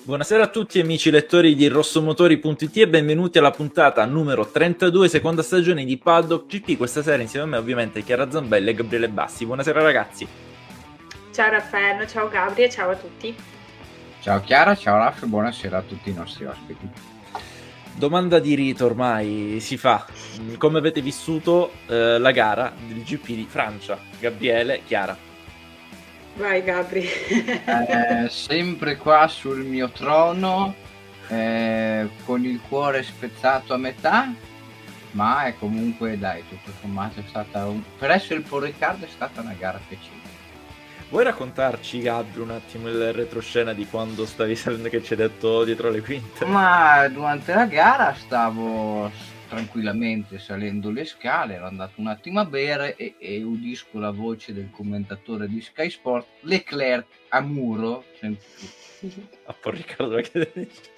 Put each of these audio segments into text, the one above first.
Buonasera a tutti amici lettori di rossomotori.it e benvenuti alla puntata numero 32, seconda stagione di Paddock GP. Questa sera insieme a me ovviamente Chiara Zambella e Gabriele Bassi. Buonasera ragazzi. Ciao Raffaello, ciao Gabri e ciao a tutti. Ciao Chiara, ciao Raff, buonasera a tutti i nostri ospiti. Domanda di rito ormai si fa. Come avete vissuto la gara del GP di Francia? Gabriele, Chiara. Vai Gabri. Sempre qua sul mio trono, con il cuore spezzato a metà, ma è comunque, dai, tutto sommato è stata per essere il Paul Ricard è stata una gara piacevole. Vuoi raccontarci, Gabri, un attimo il retroscena di quando stavi salendo, che ci hai detto dietro le quinte? Ma durante la gara stavo tranquillamente salendo le scale, ero andato un attimo a bere e udisco la voce del commentatore di Sky Sport, Leclerc a muro, a Paul Riccardo che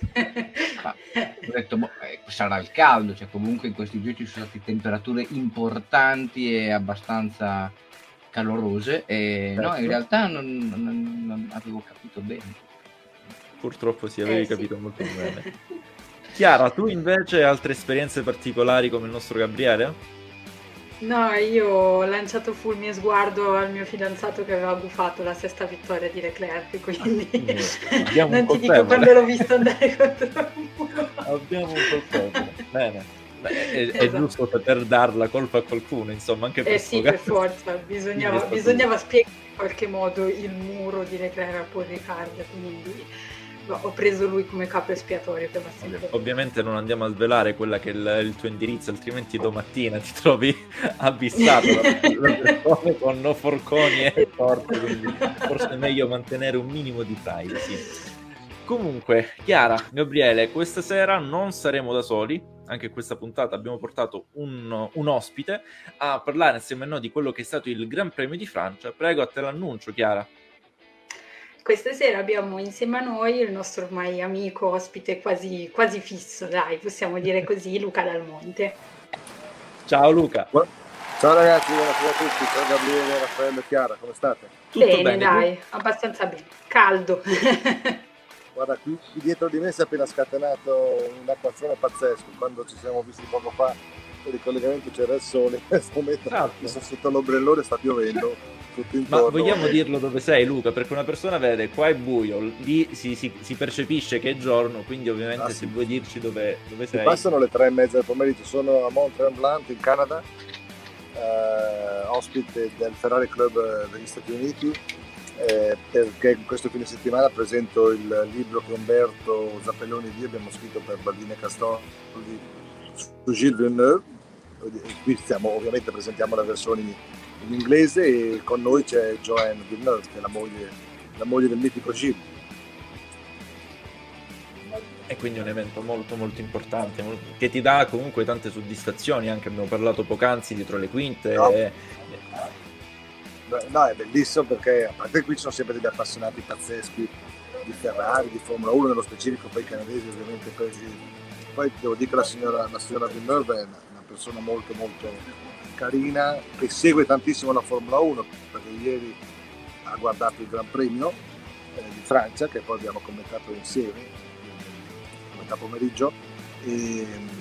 ho detto sarà il caldo, cioè comunque in questi giorni ci sono state temperature importanti e abbastanza calorose e certo. No, in realtà non avevo capito bene. Purtroppo sì, avevi capito molto bene. Chiara, tu invece hai altre esperienze particolari come il nostro Gabriele? No, io ho lanciato fu il mio sguardo al mio fidanzato che aveva gufato la sesta vittoria di Leclerc, quindi non ti dico quando l'ho visto andare contro il muro. Abbiamo un colpevole, bene. È giusto poter dar la colpa a qualcuno, insomma, anche per sì, per forza, bisognava spiegare in qualche modo il muro di Leclerc a Paul Ricard, quindi ho preso lui come capo espiatorio che va sempre. Ovviamente non andiamo a svelare quella che è il tuo indirizzo, altrimenti domattina ti trovi avvissato da persone con forconi e porte, quindi forse è meglio mantenere un minimo di privacy. Comunque, Chiara, Gabriele, questa sera non saremo da soli. Anche in questa puntata abbiamo portato un ospite a parlare insieme a noi di quello che è stato il Gran Premio di Francia. Prego, a te l'annuncio, Chiara. Questa sera abbiamo insieme a noi il nostro ormai amico, ospite quasi fisso, dai, possiamo dire così, Luca Dal Monte. Ciao Luca. Ciao ragazzi, buonasera a tutti, ciao Gabriele, Raffaello e Chiara, come state? Tutto bene, dai, abbastanza bene, caldo. Guarda, qui dietro di me si è appena scatenato un acquazzone pazzesco, quando ci siamo visti poco fa per il collegamento c'era il sole, in questo momento sono sotto l'ombrellone, sta piovendo. Ma vogliamo dirlo dove sei, Luca? Perché una persona vede qua è buio, lì si percepisce che è giorno, quindi ovviamente se vuoi dirci dove sei. Passano le 3:30 del pomeriggio, sono a Mont-Tremblant in Canada, ospite del Ferrari Club degli Stati Uniti, perché questo fine settimana presento il libro che Umberto Zappelloni e io abbiamo scritto per Baldini e Castordi su Gilles Villeneuve. Qui ovviamente presentiamo la versione in inglese e con noi c'è Joanne Villeneuve, che è la moglie del mitico Gilles. E quindi è un evento molto molto importante che ti dà comunque tante soddisfazioni, anche abbiamo parlato poc'anzi dietro le quinte. No, è bellissimo perché a parte qui ci sono sempre degli appassionati pazzeschi di Ferrari, di Formula 1 nello specifico, poi i canadesi ovviamente poi devo dire che la signora Villeneuve è una persona molto molto carina, che segue tantissimo la Formula 1, perché ieri ha guardato il Gran Premio di Francia, che poi abbiamo commentato insieme a metà pomeriggio, e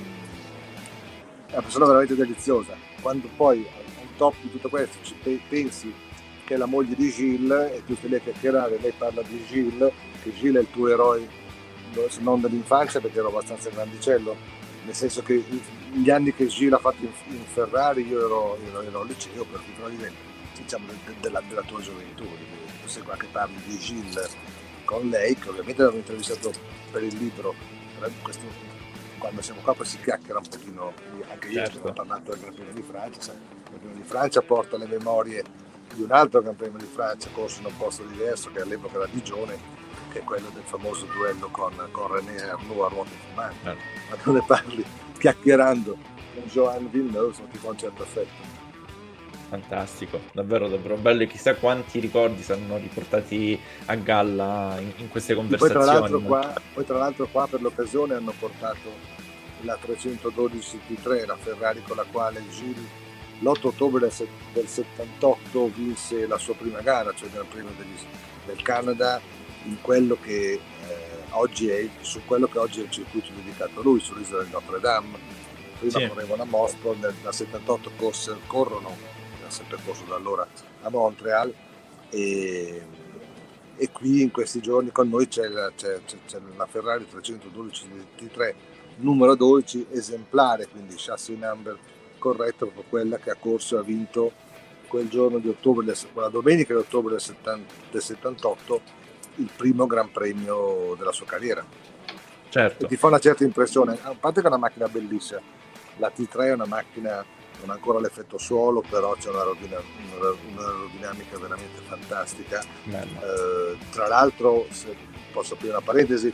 è una persona veramente deliziosa. Quando poi on top di tutto questo ci pensi che è la moglie di Gilles e tu stai lì a chiacchierare, lei parla di Gilles, che Gilles è il tuo eroe non dell'infanzia, perché ero abbastanza grandicello, nel senso che gli anni che Gilles ha fatto in Ferrari io ero al liceo, per cui diciamo della tua gioventù. Tu sei qua che parli di Gilles con lei, che ovviamente l'abbiamo intervistato per il libro, quando siamo qua poi si chiacchiera un pochino, anche io ho parlato del Gran Premio di Francia, sai, il Gran Premio di Francia porta le memorie di un altro Gran Premio di Francia corso in un posto diverso, che all'epoca era Digione, che è quello del famoso duello con René Arnoux a ruote fumanti. Ma tu ne parli chiacchierando con Joanne Villeneuve, sono tipo un certo effetto. Fantastico, davvero davvero bello, e chissà quanti ricordi saranno riportati a galla in queste conversazioni. Poi tra l'altro qua per l'occasione hanno portato la 312 T3, la Ferrari con la quale Gilles l'8 ottobre del 78 vinse la sua prima gara, cioè il Gran Premio del Canada, in quello che oggi è su quello che oggi è il circuito dedicato a lui, sull'isola di Notre Dame. Prima correvano a Moscova, dal 78 corrono, ha sempre corso da allora, a Montreal, e qui in questi giorni con noi c'è la Ferrari 312 T3 numero 12 esemplare, quindi chassis number corretto, proprio quella che ha corso e ha vinto quel giorno di ottobre, quella domenica di ottobre del 78, il primo Gran Premio della sua carriera. Certo. E ti fa una certa impressione, a parte che è una macchina bellissima, la T3 è una macchina, non ha ancora l'effetto suolo, però c'è un'aerodinamica veramente fantastica. Tra l'altro, se posso aprire una parentesi,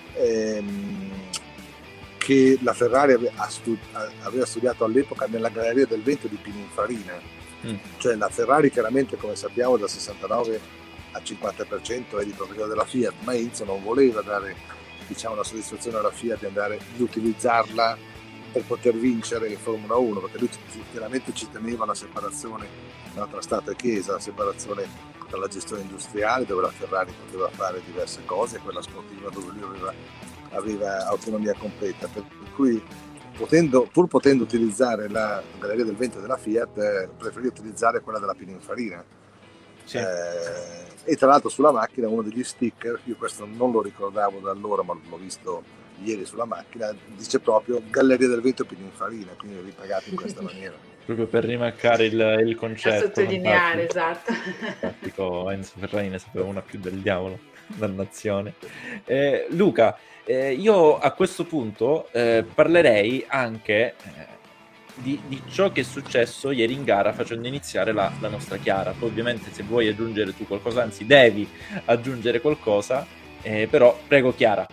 che la Ferrari aveva studiato all'epoca nella Galleria del Vento di Pininfarina. Cioè la Ferrari chiaramente, come sappiamo, dal 69 al 50% è di proprietà della Fiat, ma Enzo non voleva dare, diciamo, la soddisfazione alla Fiat di utilizzarla per poter vincere in Formula 1, perché lui chiaramente ci teneva la separazione tra Stato e Chiesa, la separazione tra la gestione industriale, dove la Ferrari poteva fare diverse cose, e quella sportiva dove lui aveva autonomia completa, per cui pur potendo utilizzare la Galleria del Vento della Fiat, preferì utilizzare quella della Pininfarina. Sì. E tra l'altro sulla macchina uno degli sticker, io questo non lo ricordavo da allora, ma l'ho visto ieri sulla macchina, dice proprio Galleria del Vento Pininfarina, quindi ripagato in questa maniera. Proprio per rimarcare il concetto. A sottolineare, esatto. Fantastico, Enzo Ferrari ne sapeva una più del diavolo, dannazione. Luca, io a questo punto parlerei anche di ciò che è successo ieri in gara, facendo iniziare la nostra Chiara. Poi ovviamente se vuoi aggiungere tu qualcosa, anzi devi aggiungere qualcosa, però prego Chiara.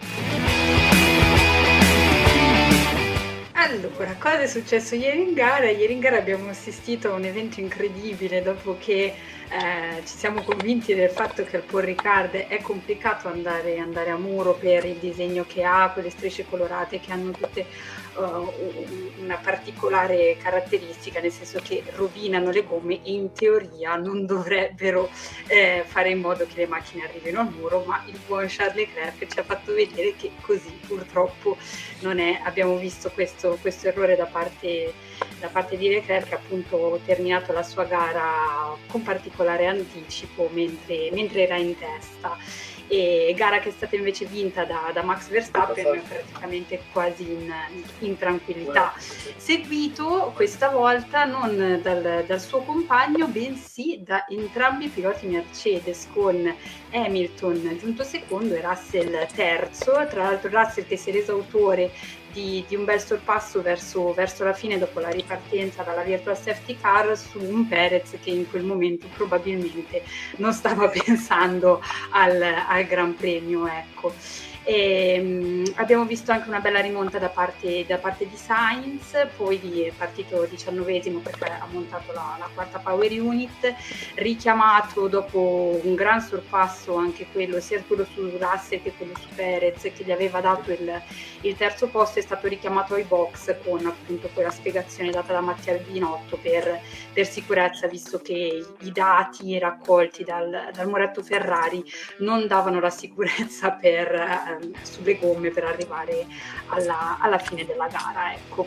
Allora, cosa è successo ieri in gara? Ieri in gara abbiamo assistito a un evento incredibile, dopo che ci siamo convinti del fatto che al Paul Ricard è complicato andare a muro per il disegno che ha, quelle strisce colorate che hanno tutte una particolare caratteristica, nel senso che rovinano le gomme e in teoria non dovrebbero fare in modo che le macchine arrivino al muro, ma il buon Charles Leclerc ci ha fatto vedere che così purtroppo non è. Abbiamo visto questo errore da parte di Leclerc, che appunto terminato la sua gara con particolare anticipo mentre era in testa, e gara che è stata invece vinta da Max Verstappen praticamente quasi in tranquillità, seguito questa volta non dal suo compagno, bensì da entrambi i piloti Mercedes, con Hamilton giunto secondo e Russell terzo. Tra l'altro Russell che si è reso autore di un bel sorpasso verso la fine, dopo la ripartenza dalla virtual safety car, su un Perez che in quel momento probabilmente non stava pensando al Gran Premio, ecco. Abbiamo visto anche una bella rimonta da parte di Sainz, poi è partito 19esimo perché ha montato la quarta power unit, richiamato dopo un gran sorpasso anche quello, sia quello su Russell che quello su Perez, che gli aveva dato il terzo posto. È stato richiamato ai box con appunto quella spiegazione data da Mattia Binotto per sicurezza, visto che i dati raccolti dal muretto Ferrari non davano la sicurezza sulle gomme per arrivare alla fine della gara, ecco.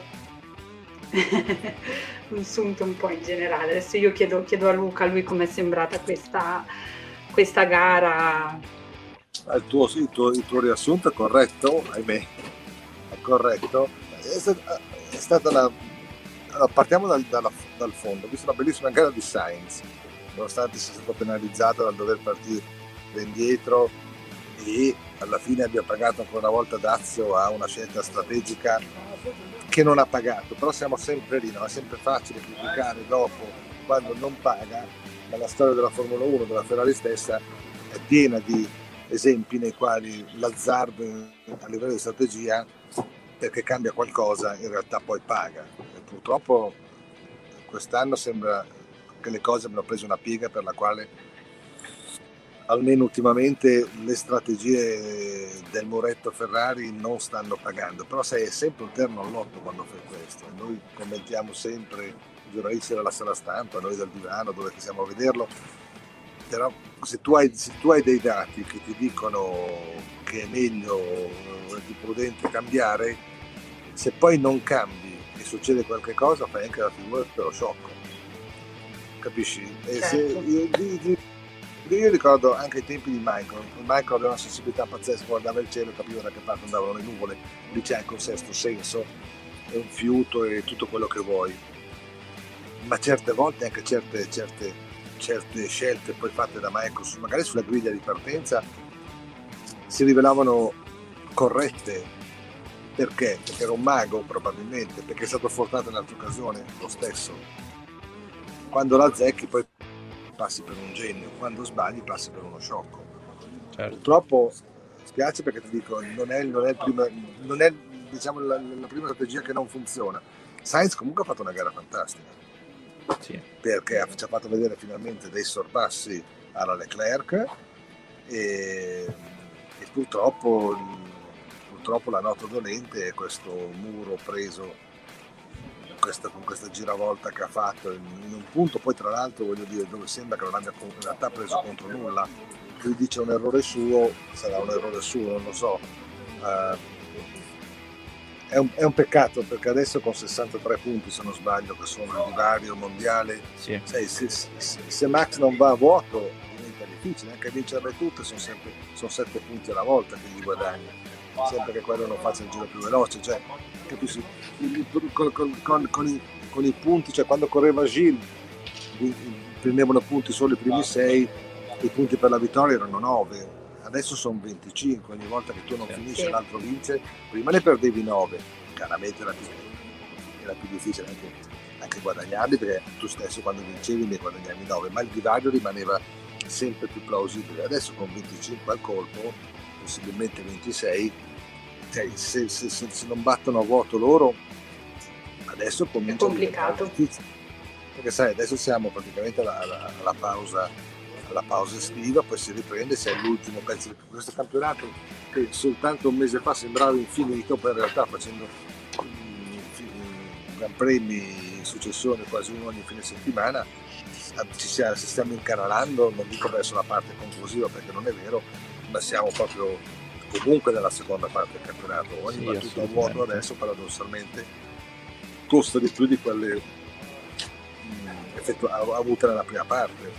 Un sunto un po' in generale. Adesso io chiedo a Luca, lui com'è sembrata questa gara. Il tuo riassunto è corretto, ahimè, è corretto. È stata partiamo dal fondo. Ho visto una bellissima gara di Sainz, nonostante sia stato penalizzato dal dover partire indietro, e alla fine abbia pagato ancora una volta dazio a una scelta strategica che non ha pagato. Però siamo sempre lì, no? È sempre facile criticare dopo quando non paga, ma la storia della Formula 1, della Ferrari stessa, è piena di esempi nei quali l'azzardo a livello di strategia, perché cambia qualcosa, in realtà poi paga. E purtroppo quest'anno sembra che le cose abbiano preso una piega per la quale, almeno ultimamente, le strategie del muretto Ferrari non stanno pagando. Però sai, è sempre un terno all'otto quando fai questo. Noi commentiamo sempre, i giornalisti della sala stampa, noi dal divano dove siamo a vederlo, però se tu hai dei dati che ti dicono che è meglio, è più prudente cambiare, se poi non cambi e succede qualche cosa, fai anche la figura dello sciocco, capisci? Certo. Io ricordo anche i tempi di Michael aveva una sensibilità pazzesca, guardava il cielo e capiva da che parte andavano le nuvole, lì c'è anche un sesto senso, è un fiuto e tutto quello che vuoi, ma certe volte anche certe scelte poi fatte da Michael, magari sulla griglia di partenza, si rivelavano corrette. Perché? Perché era un mago probabilmente, perché è stato fortunato in altre occasioni, lo stesso. Quando la azzecchi poi passi per un genio, quando sbagli passi per uno sciocco. Certo. Purtroppo spiace, perché ti dico, non è diciamo la prima strategia che non funziona. Sainz comunque ha fatto una gara fantastica, sì, perché ci ha fatto vedere finalmente dei sorpassi alla Leclerc e purtroppo la nota dolente è questo muro preso con questa giravolta che ha fatto in un punto, poi tra l'altro voglio dire, dove sembra che non abbia in realtà preso contro nulla. Lui dice un errore suo, sarà un errore suo, non lo so. È un peccato, perché adesso con 63 punti, se non sbaglio, che sono il divario mondiale, sì. Sai, se Max non va a vuoto diventa difficile, anche vincerle tutte sono 7 punti alla volta che gli guadagni, sempre che quello non faccia il giro più veloce, cioè, capisci? Con i punti, cioè quando correva Gilles prendevano punti solo i primi 6, i punti per la vittoria erano 9, adesso sono 25, ogni volta che tu non finisci l'altro vince, prima ne perdevi 9, chiaramente era più difficile anche guadagnarli, perché tu stesso quando vincevi ne guadagnavi 9, ma il divario rimaneva sempre più plausibile. Adesso con 25 al colpo, possibilmente 26, cioè, se non battono a vuoto loro, adesso comincia è complicato, perché sai, adesso siamo praticamente alla pausa estiva, poi si riprende, se è l'ultimo pezzo di questo campionato che soltanto un mese fa sembrava infinito, poi in realtà facendo Gran Premi in successione quasi uno ogni fine settimana ci stiamo incanalando, non dico verso la parte conclusiva perché non è vero, ma siamo proprio comunque nella seconda parte del campionato. Ogni battuta a vuoto adesso paradossalmente costa di più di quelle avute nella prima parte.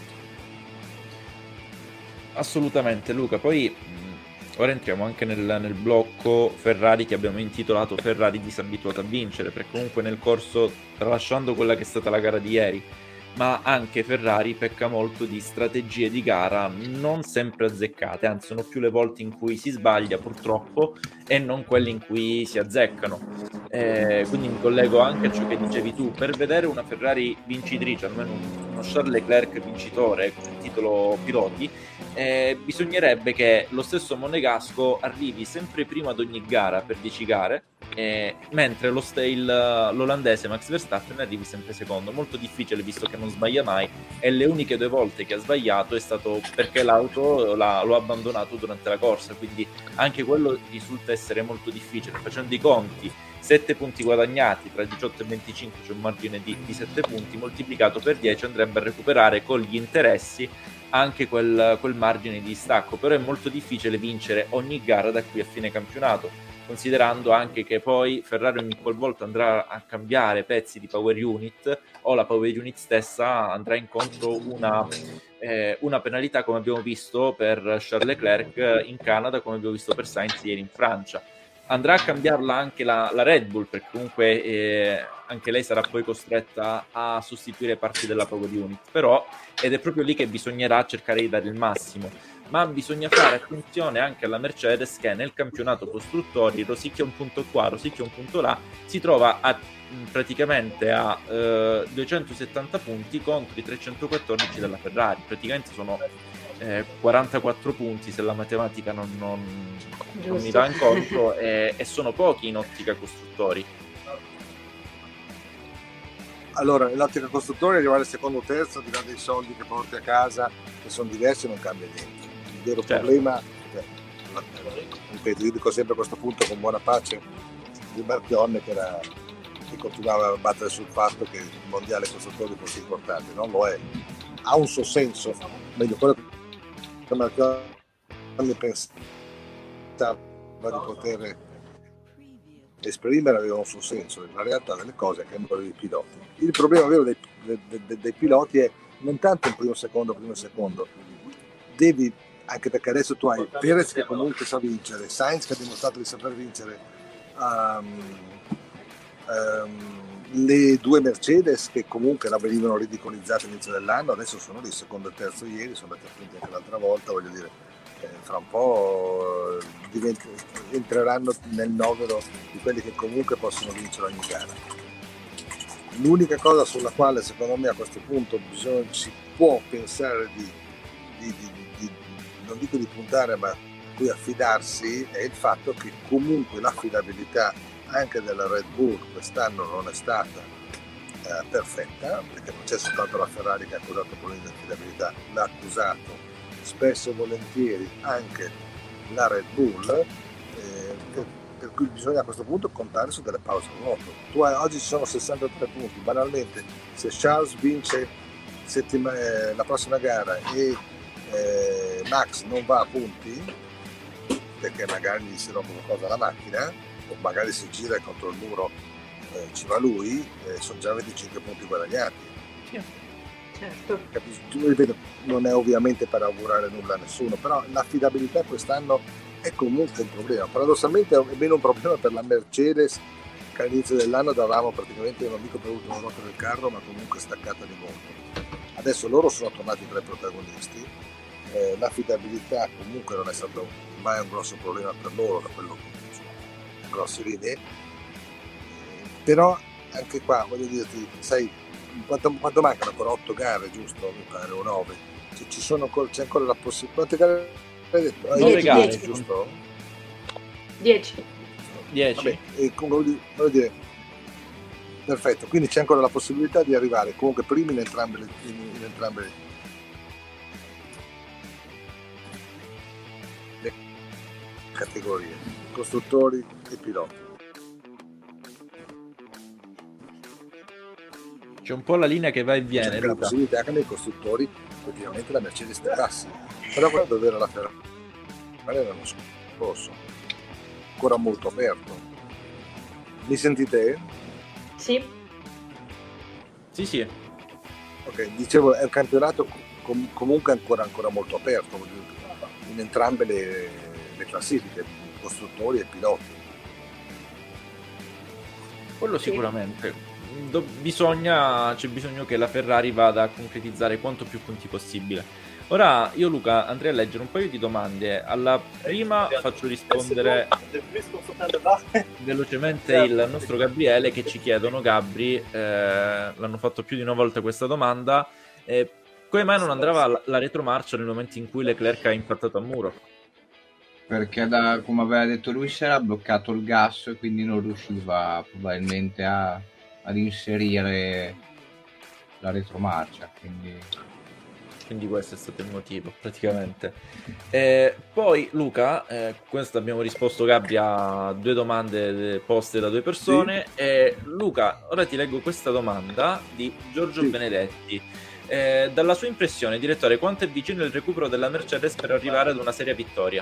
Assolutamente, Luca. Poi ora entriamo anche nel blocco Ferrari, che abbiamo intitolato Ferrari disabituata a vincere, perché comunque nel corso, tralasciando quella che è stata la gara di ieri, ma anche Ferrari pecca molto di strategie di gara non sempre azzeccate, anzi sono più le volte in cui si sbaglia purtroppo e non quelle in cui si azzeccano. Quindi mi collego anche a ciò che dicevi tu: per vedere una Ferrari vincitrice, almeno uno Charles Leclerc vincitore con il titolo piloti, bisognerebbe che lo stesso Monegasco arrivi sempre prima ad ogni gara per 10 gare, mentre l'olandese Max Verstappen arrivi sempre secondo. Molto difficile, visto che non sbaglia mai, e le uniche 2 volte che ha sbagliato è stato perché l'auto lo ha abbandonato durante la corsa, quindi anche quello risulta essere molto difficile. Facendo i conti, 7 punti guadagnati tra 18 e 25, c'è un margine di 7 punti, moltiplicato per 10 andrebbe a recuperare con gli interessi anche quel margine di distacco. Però è molto difficile vincere ogni gara da qui a fine campionato, considerando anche che poi Ferrari ogni qualvolta andrà a cambiare pezzi di power unit, o la power unit stessa andrà incontro una penalità, come abbiamo visto per Charles Leclerc in Canada, come abbiamo visto per Sainz ieri in Francia. Andrà a cambiarla anche la Red Bull, perché comunque anche lei sarà poi costretta a sostituire parti della power unit, però, ed è proprio lì che bisognerà cercare di dare il massimo. Ma bisogna fare attenzione anche alla Mercedes, che nel campionato costruttori rosicchia un punto qua, rosicchia un punto là, si trova praticamente a 270 punti contro i 314 della Ferrari. Praticamente sono 44 punti, se la matematica non mi va incontro, e sono pochi in ottica costruttori. Allora, nell'ottica costruttori arrivare al secondo o terzo, di là dei soldi che porti a casa, che sono diversi, non cambia niente. Il vero problema, ripeto, io dico sempre a questo punto con buona pace di Marchionne, che continuava a battere sul fatto che il mondiale costruttori fosse importante. Non lo è, ha un suo senso, meglio quello che Marchionni pensava di poter esprimere aveva un suo senso. La realtà delle cose è che è quello dei piloti. Il problema vero dei piloti è non tanto il primo secondo, devi, anche perché adesso tu hai Perez che comunque sa vincere, Sainz che ha dimostrato di saper vincere, le due Mercedes che comunque la venivano ridicolizzate all'inizio dell'anno, adesso sono lì secondo e terzo ieri, sono andati appunti anche l'altra volta, voglio dire, fra un po' entreranno nel novero di quelli che comunque possono vincere ogni gara. L'unica cosa sulla quale secondo me a questo punto si può pensare di non dico di puntare, ma cui affidarsi, è il fatto che comunque l'affidabilità anche della Red Bull quest'anno non è stata perfetta, perché non c'è soltanto la Ferrari che ha accusato problemi di affidabilità, l'ha accusato spesso e volentieri anche la Red Bull, per cui bisogna a questo punto contare su delle pause moto. Oggi ci sono 63 punti, banalmente se Charles vince la prossima gara e Max non va a punti perché magari gli si rompe qualcosa alla macchina o magari si gira e contro il muro ci va lui, sono già 25 punti guadagnati. Certo. Ripeto, non è ovviamente per augurare nulla a nessuno, però l'affidabilità quest'anno è comunque un problema. Paradossalmente è meno un problema per la Mercedes, che all'inizio dell'anno davamo praticamente, non dico per l'ultima ruota del carro, ma comunque staccata di molto. Adesso loro sono tornati tra i protagonisti, l'affidabilità comunque non è stato mai un grosso problema per loro, da quello che sono grosse linee, però anche qua voglio dirti, sai, quanto mancano ancora 8 gare, giusto? Mi pare, o 9. C'è ancora la possibilità. Quante gare hai detto? 9 gare, 10. Giusto? 10. Vabbè, voglio dire, perfetto, quindi c'è ancora la possibilità di arrivare comunque primi in entrambe le categorie, costruttori e piloti. c'è un po' la linea che va e viene. C'è la possibilità che nei costruttori effettivamente la Mercedes passi, però quello dove era la Ferrari l'anno scorso, ancora molto aperto. Mi sentite? Sì. Sì. Ok, dicevo, è un campionato comunque ancora molto aperto in entrambe le classifiche, costruttori e piloti. Quello sicuramente. C'è bisogno che la Ferrari vada a concretizzare quanto più punti possibile. Ora io, Luca, andrei a leggere un paio di domande. Alla prima faccio rispondere velocemente il nostro Gabriele, che ci chiedono, Gabri, l'hanno fatto più di una volta questa domanda, come mai non andava la retromarcia nel momento in cui Leclerc ha impattato a muro? Perché come aveva detto lui si era bloccato il gas e quindi non riusciva probabilmente ad inserire la retromarcia, quindi questo è stato il motivo praticamente. Poi Luca, questo abbiamo risposto, Gabri, a 2 domande poste da 2 persone. Sì. Luca, ora ti leggo questa domanda di Giorgio Benedetti. Dalla sua impressione, direttore, quanto è vicino il recupero della Mercedes per arrivare ad una seria vittoria?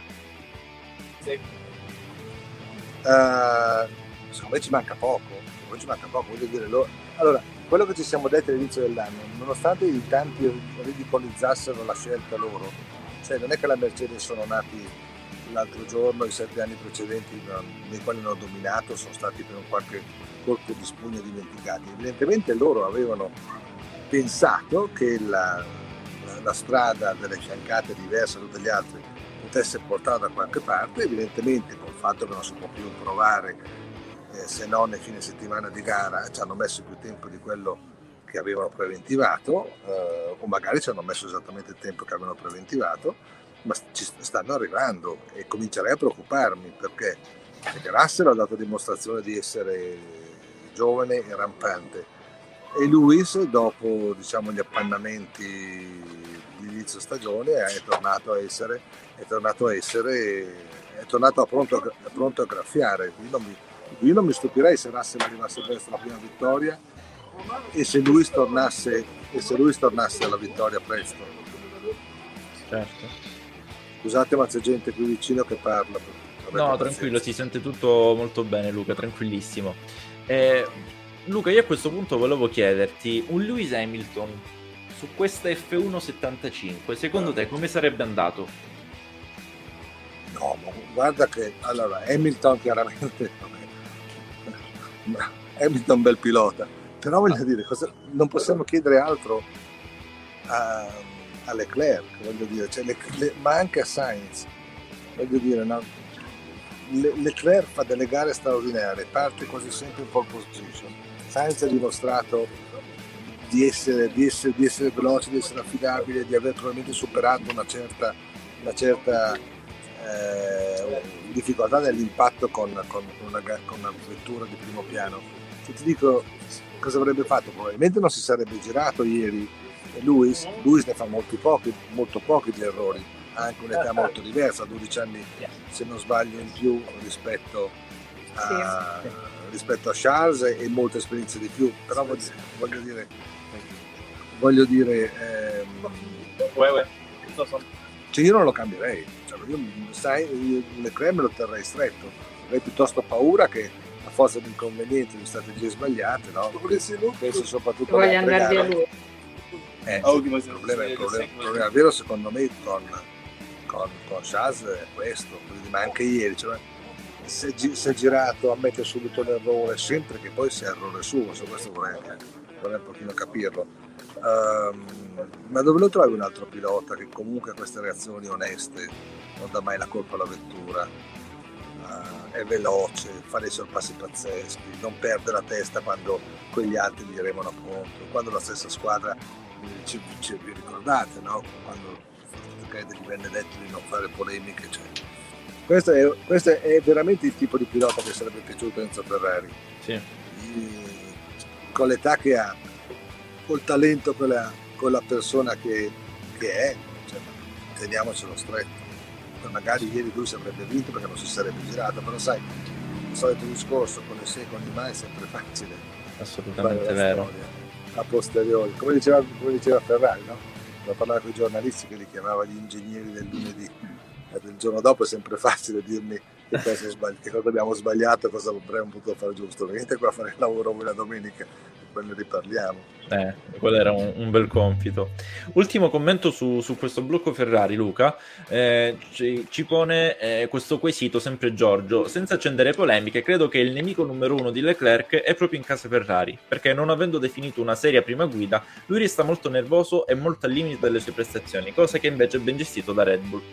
Secondo me ci manca poco, voglio dire. Allora, quello che ci siamo detti all'inizio dell'anno, nonostante i tanti ridicolizzassero la scelta loro, cioè non è che la Mercedes sono nati l'altro giorno, i 7 anni precedenti nei quali hanno dominato sono stati per un qualche colpo di spugna dimenticati. Evidentemente loro avevano pensato che la strada delle fiancate diverse da tutte le altre potesse portare da qualche parte, evidentemente col fatto che non si può più provare se non nei fine settimana di gara, ci hanno messo più tempo di quello che avevano preventivato, o magari ci hanno messo esattamente il tempo che avevano preventivato, ma ci stanno arrivando e comincerei a preoccuparmi perché Russell ha dato dimostrazione di essere giovane e rampante e Lewis, dopo gli appannamenti di inizio stagione, è tornato pronto a graffiare. Io non mi stupirei se Russell arrivasse presto la prima vittoria e se Lewis tornasse alla vittoria presto. Certo. Scusate, ma c'è gente qui vicino che parla. No, tranquillo, si sente tutto molto bene, Luca, tranquillissimo. Luca, io a questo punto volevo chiederti, un Lewis Hamilton su questa F1 75, secondo te come sarebbe andato? No, guarda che allora Hamilton chiaramente Hamilton bel pilota, però voglio dire, non possiamo chiedere altro a Leclerc, voglio dire, cioè, ma anche a Sainz, voglio dire, no? Leclerc fa delle gare straordinarie, parte quasi sempre in pole position. Sainz ha dimostrato di essere veloce, di essere affidabile, di aver probabilmente superato una certa difficoltà nell'impatto con una vettura di primo piano. Se ti dico cosa avrebbe fatto, probabilmente non si sarebbe girato ieri. Lewis ne fa molto pochi di errori, ha anche un'età molto diversa, 12 anni se non sbaglio in più rispetto a Charles, e molte esperienze di più, però voglio dire cioè io non lo cambierei, cioè io Leclerc me lo terrei stretto, avrei piuttosto paura che a forza di inconvenienti, di strategie sbagliate, no? Penso soprattutto voglia andare via lui. Il problema vero secondo me con Charles è questo, ma anche ieri, cioè, si è girato, ammette subito l'errore, sempre che poi sia errore suo, su questo vorrei un pochino capirlo. Ma dove lo trovi un altro pilota che comunque ha queste reazioni oneste, non dà mai la colpa alla vettura, è veloce, fa dei sorpassi pazzeschi, non perde la testa quando quegli altri gli remano contro, quando la stessa squadra vi ricordate, no? Quando gli venne detto di non fare polemiche, cioè. Questo è veramente il tipo di pilota che sarebbe piaciuto Enzo Ferrari. Sì. Con l'età che ha, col talento con la persona che è, cioè, teniamocelo stretto. Magari ieri lui si avrebbe vinto perché non si sarebbe girato, però sai, il solito discorso con le secoli mai è sempre facile. Assolutamente vero. A posteriori, come diceva Ferrari, no? Quando parlava con i giornalisti che li chiamava gli ingegneri del lunedì, del giorno dopo è sempre facile dirmi che cosa abbiamo sbagliato, cosa avremmo potuto fare giusto. Venite qua a fare il lavoro voi la domenica, poi ne riparliamo. Quello era un bel compito. Ultimo commento su questo blocco Ferrari, Luca. Ci pone questo quesito sempre Giorgio. Senza accendere polemiche, credo che il nemico numero uno di Leclerc è proprio in casa Ferrari, perché non avendo definito una seria prima guida, lui resta molto nervoso e molto al limite delle sue prestazioni, cosa che invece è ben gestito da Red Bull.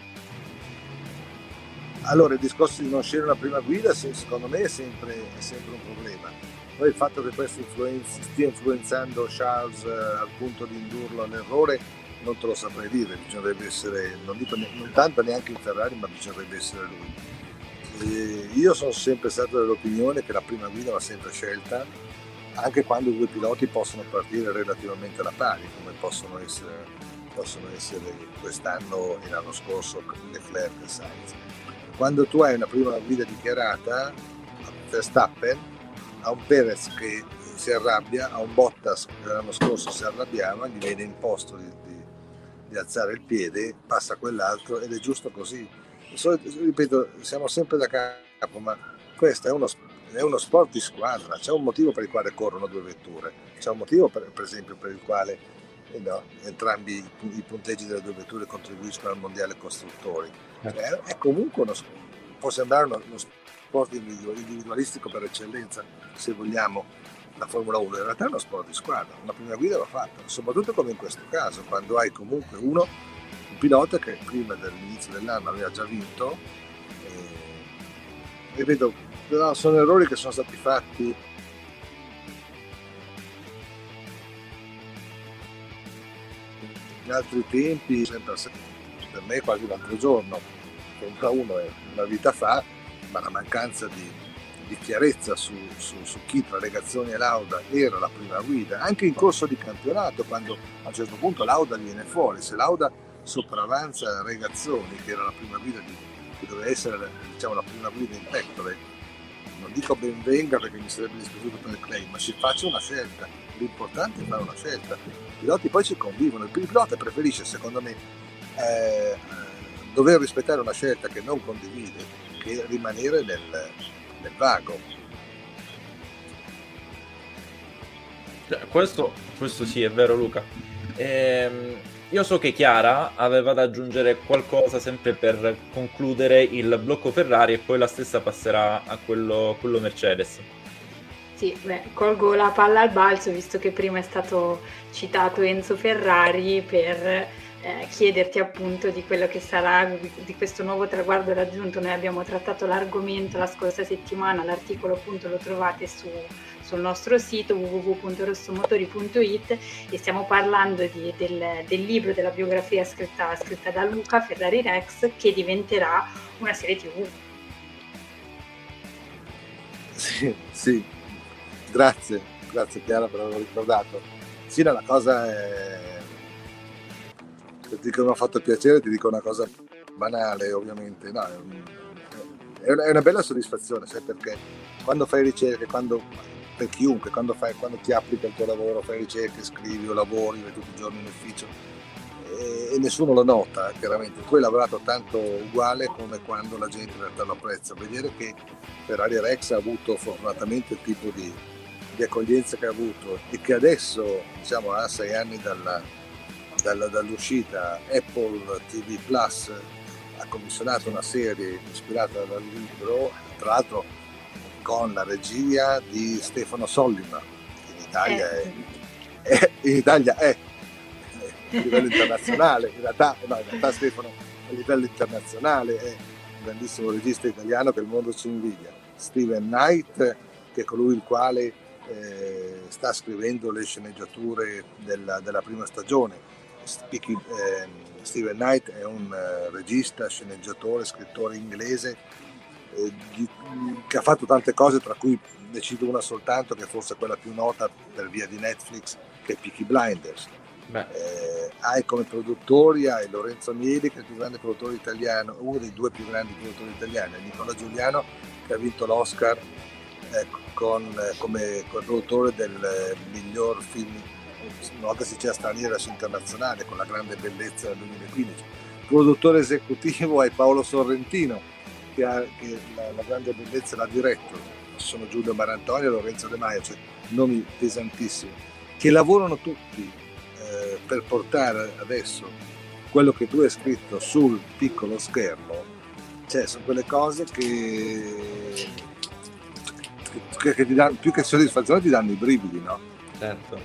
Allora, il discorso di non scegliere una prima guida secondo me è sempre un problema. Poi il fatto che questo stia influenzando Charles al punto di indurlo all'errore non te lo saprei dire, bisognerebbe essere, non tanto neanche in Ferrari, ma bisognerebbe essere lui. Io sono sempre stato dell'opinione che la prima guida va sempre scelta, anche quando i due piloti possono partire relativamente alla pari, come possono essere quest'anno e l'anno scorso Leclerc e Sainz. Quando tu hai una prima guida dichiarata, Verstappen ha un Perez che si arrabbia, ha un Bottas che l'anno scorso si arrabbiava, gli viene imposto di alzare il piede, passa quell'altro ed è giusto così. Ripeto, siamo sempre da capo, ma questo è uno sport di squadra, c'è un motivo per il quale corrono due vetture, c'è un motivo per esempio per il quale entrambi i punteggi delle due vetture contribuiscono al mondiale costruttori. È comunque può sembrare uno sport individualistico per eccellenza, se vogliamo, la Formula 1, in realtà è uno sport di squadra, una prima guida va fatta, soprattutto come in questo caso, quando hai comunque un pilota che prima dell'inizio dell'anno aveva già vinto, ripeto, però sono errori che sono stati fatti in altri tempi, sempre per me quasi l'altro giorno. Formula 1 è una vita fa, ma la mancanza di chiarezza su chi tra Regazzoni e Lauda era la prima guida, anche in corso di campionato, quando a un certo punto Lauda viene fuori, se Lauda sopravanza Regazzoni, che era la prima guida che doveva essere, diciamo, la prima guida in pectore, non dico ben venga perché mi sarebbe dispiaciuto per il claim, ma si faccia una scelta, l'importante è fare una scelta. I piloti poi ci convivono, il pilota preferisce, secondo me, dover rispettare una scelta che non condivide che rimanere nel vago. Questo sì, è vero, Luca. Io so che Chiara aveva da aggiungere qualcosa sempre per concludere il blocco Ferrari e poi la stessa passerà a quello Mercedes. Sì, colgo la palla al balzo, visto che prima è stato citato Enzo Ferrari, per chiederti appunto di quello che sarà, di questo nuovo traguardo raggiunto. Noi abbiamo trattato l'argomento la scorsa settimana, l'articolo appunto lo trovate sul nostro sito www.rossomotori.it e stiamo parlando del libro, della biografia scritta da Luca, Ferrari Rex, che diventerà una serie TV. Sì. Grazie Chiara per averlo ricordato. Sì, la cosa è, se ti dico che mi ha fatto piacere, ti dico una cosa banale, ovviamente. No, è una bella soddisfazione, sai perché? Quando fai ricerche, per chiunque, quando ti applica il tuo lavoro, fai ricerche, scrivi o lavori, vai tutti i giorni in ufficio e nessuno lo nota, chiaramente. Tu hai lavorato tanto uguale come quando la gente in realtà lo apprezza. Vedere che Ferrari Rex ha avuto fortunatamente il tipo di accoglienza che ha avuto e che adesso, diciamo, a 6 anni dall'uscita, Apple TV Plus ha commissionato una serie ispirata dal libro, tra l'altro con la regia di Stefano Sollima, che in Italia è a livello internazionale. In realtà Stefano a livello internazionale è un grandissimo regista italiano che il mondo ci invidia. Steven Knight, che è colui il quale sta scrivendo le sceneggiature della prima stagione. Steven Knight è un regista, sceneggiatore, scrittore inglese che ha fatto tante cose, tra cui ne cito una soltanto, che forse è quella più nota per via di Netflix, che è Peaky Blinders. Hai come produttori Lorenzo Mieli, che è il più grande produttore italiano, uno dei 2 più grandi produttori italiani, Nicola Giuliano, che ha vinto l'Oscar come produttore del miglior film, una volta si dice straniera internazionale, con La grande bellezza del 2015. Produttore esecutivo è Paolo Sorrentino, che la grande bellezza l'ha diretto. Ci sono Giulio Marantoni e Lorenzo De Maio, cioè nomi pesantissimi, che lavorano tutti per portare adesso quello che tu hai scritto sul piccolo schermo. Cioè, sono quelle cose che ti danno, più che soddisfazione, ti danno i brividi, no? Certo.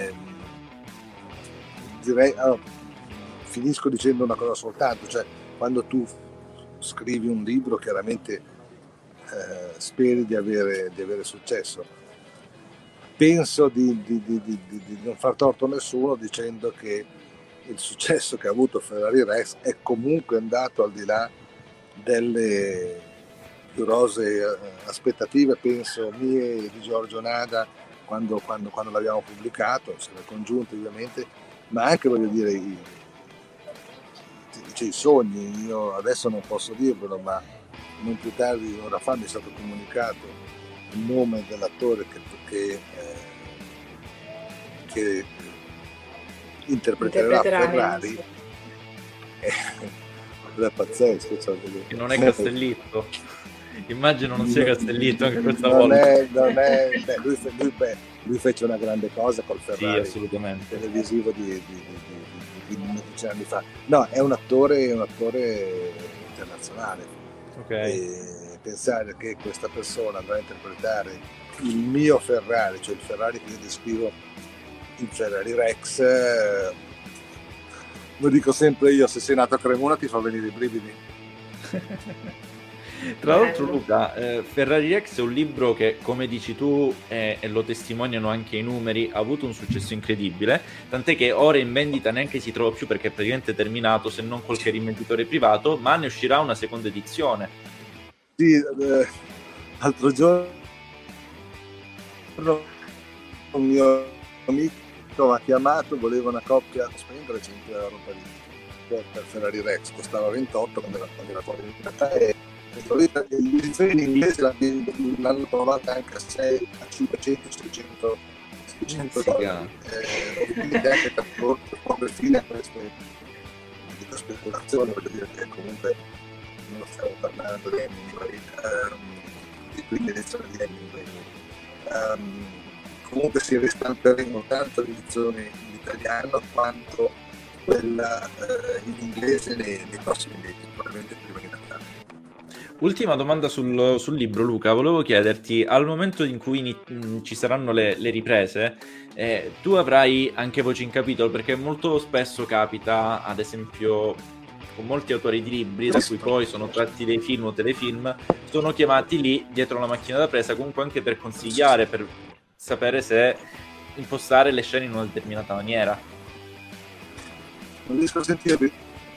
Direi, allora, finisco dicendo una cosa soltanto, cioè quando tu scrivi un libro chiaramente speri di avere successo. Penso di non far torto a nessuno dicendo che il successo che ha avuto Ferrari Rex è comunque andato al di là delle più rosee aspettative, penso mie e di Giorgio Nada quando l'abbiamo pubblicato, siamo congiunti ovviamente, ma anche, voglio dire, i sogni. Io adesso non posso dirvelo, ma non più tardi, ora fa, mi è stato comunicato il nome dell'attore che interpreterà Ferrari. È pazzesco, cioè, che non è Castellitto. Immagino non sia Castellitto anche questa volta. Lui fece una grande cosa col Ferrari, sì, assolutamente, televisivo di 15 anni fa. No, è un attore internazionale. Okay. E pensare che questa persona andrà a interpretare il mio Ferrari, cioè il Ferrari che io descrivo, il Ferrari Rex, lo dico sempre io, se sei nato a Cremona ti fa venire i brividi. Tra l'altro, Luca, Ferrari Rex è un libro che, come dici tu, e lo testimoniano anche i numeri, ha avuto un successo incredibile, tant'è che ora in vendita neanche si trova più perché è praticamente terminato, se non qualche rivenditore privato, ma ne uscirà una seconda edizione. Sì, l'altro giorno un mio amico mi ha chiamato, voleva una coppia, spendere 100 euro per Ferrari Rex, costava 28 quando era fuori in realtà, e l'edizione in inglese l'hanno trovata anche a 600, a 500, 600 l'idea che proprio fine a queste speculazioni, voglio dire che comunque non stiamo parlando di Hemingway, di quindi edizione di Hemingway. Comunque si ristamperemo tanto l'edizione in italiano quanto quella in inglese nei prossimi mesi, probabilmente prima di Natale. Ultima domanda sul libro, Luca. Volevo chiederti, al momento in cui ci saranno le riprese, tu avrai anche voce in capitolo, perché molto spesso capita, ad esempio, con molti autori di libri, da cui poi sono tratti dei film o telefilm, sono chiamati lì dietro la macchina da presa, comunque anche per consigliare, per sapere se impostare le scene in una determinata maniera. Non riesco a sentirvi.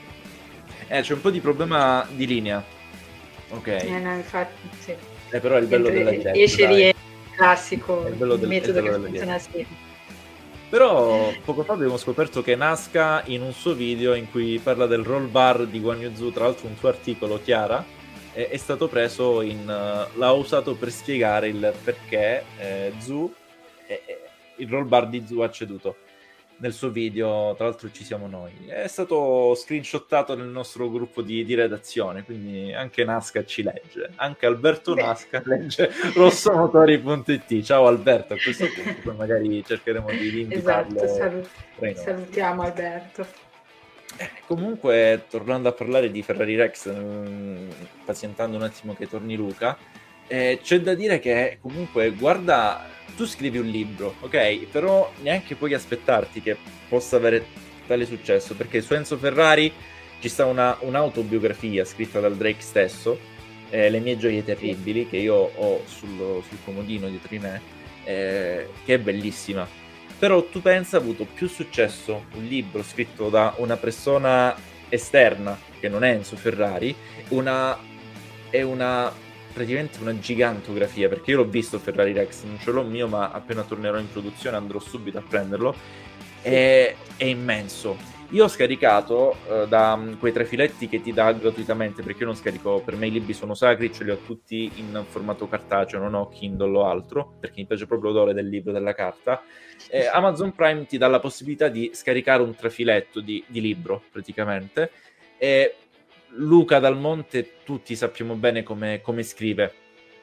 C'è un po' di problema di linea. Ok. No, infatti, sì. Però è il bello della diretta. Riesce classico, il metodo che funziona sempre. Però poco fa abbiamo scoperto che Nazca, in un suo video in cui parla del roll bar di Guan Yu Zhu, tra l'altro un suo articolo, Chiara, è stato preso l'ha usato per spiegare il perché Zhu, il roll bar di Zhu ha ceduto. Nel suo video, tra l'altro ci siamo noi, è stato screenshottato nel nostro gruppo di redazione, quindi anche Nazca ci legge, anche Alberto Nazca legge rossomotori.it. Ciao Alberto, a questo punto poi magari cercheremo di invitarlo. Esatto, salutiamo Alberto. Comunque, tornando a parlare di Ferrari Rex, pazientando un attimo che torni Luca, c'è da dire che comunque, guarda, tu scrivi un libro, ok? Però neanche puoi aspettarti che possa avere tale successo, perché su Enzo Ferrari ci sta un'autobiografia scritta dal Drake stesso, Le mie gioie terribili, che io ho sul comodino dietro di me, che è bellissima. Però tu pensa, ha avuto più successo un libro scritto da una persona esterna, che non è Enzo Ferrari, praticamente una gigantografia, perché io l'ho visto Ferrari Rex, non ce l'ho mio, ma appena tornerò in produzione andrò subito a prenderlo. È immenso. Io ho scaricato da quei 3 filetti che ti dà gratuitamente, perché io non scarico, per me i libri sono sacri, ce li ho tutti in formato cartaceo, non ho Kindle o altro, perché mi piace proprio l'odore del libro, della carta. Amazon Prime ti dà la possibilità di scaricare un trafiletto di libro, praticamente, e Luca Dal Monte tutti sappiamo bene come scrive,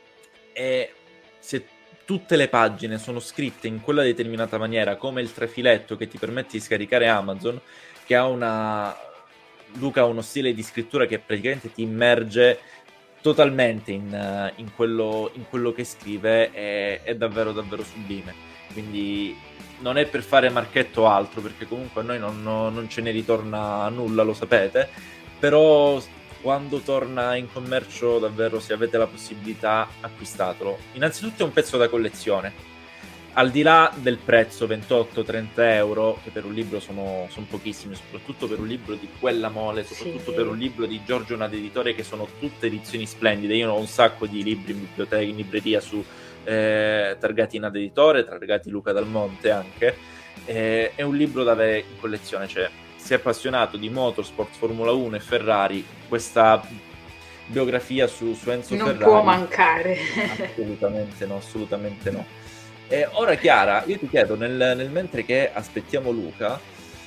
e se tutte le pagine sono scritte in quella determinata maniera, come il trafiletto che ti permette di scaricare Amazon, che Luca ha uno stile di scrittura che praticamente ti immerge totalmente in quello che scrive, è davvero davvero sublime. Quindi non è per fare marchetto o altro, perché comunque a noi non ce ne ritorna nulla, lo sapete. Però quando torna in commercio, davvero, se avete la possibilità, acquistatelo. Innanzitutto è un pezzo da collezione, al di là del prezzo 28-30 euro, che per un libro sono pochissimi, soprattutto per un libro di quella mole, soprattutto per un libro di Giorgio Nad Editore, che sono tutte edizioni splendide. Io ho un sacco di libri in biblioteca, in libreria, targati Nad Editore, targati Luca Dal Monte anche. È un libro da avere in collezione, cioè si è appassionato di motorsport, Formula 1 e Ferrari, questa biografia su Enzo Ferrari non può mancare. Assolutamente no. E ora Chiara, io ti chiedo, nel mentre che aspettiamo Luca,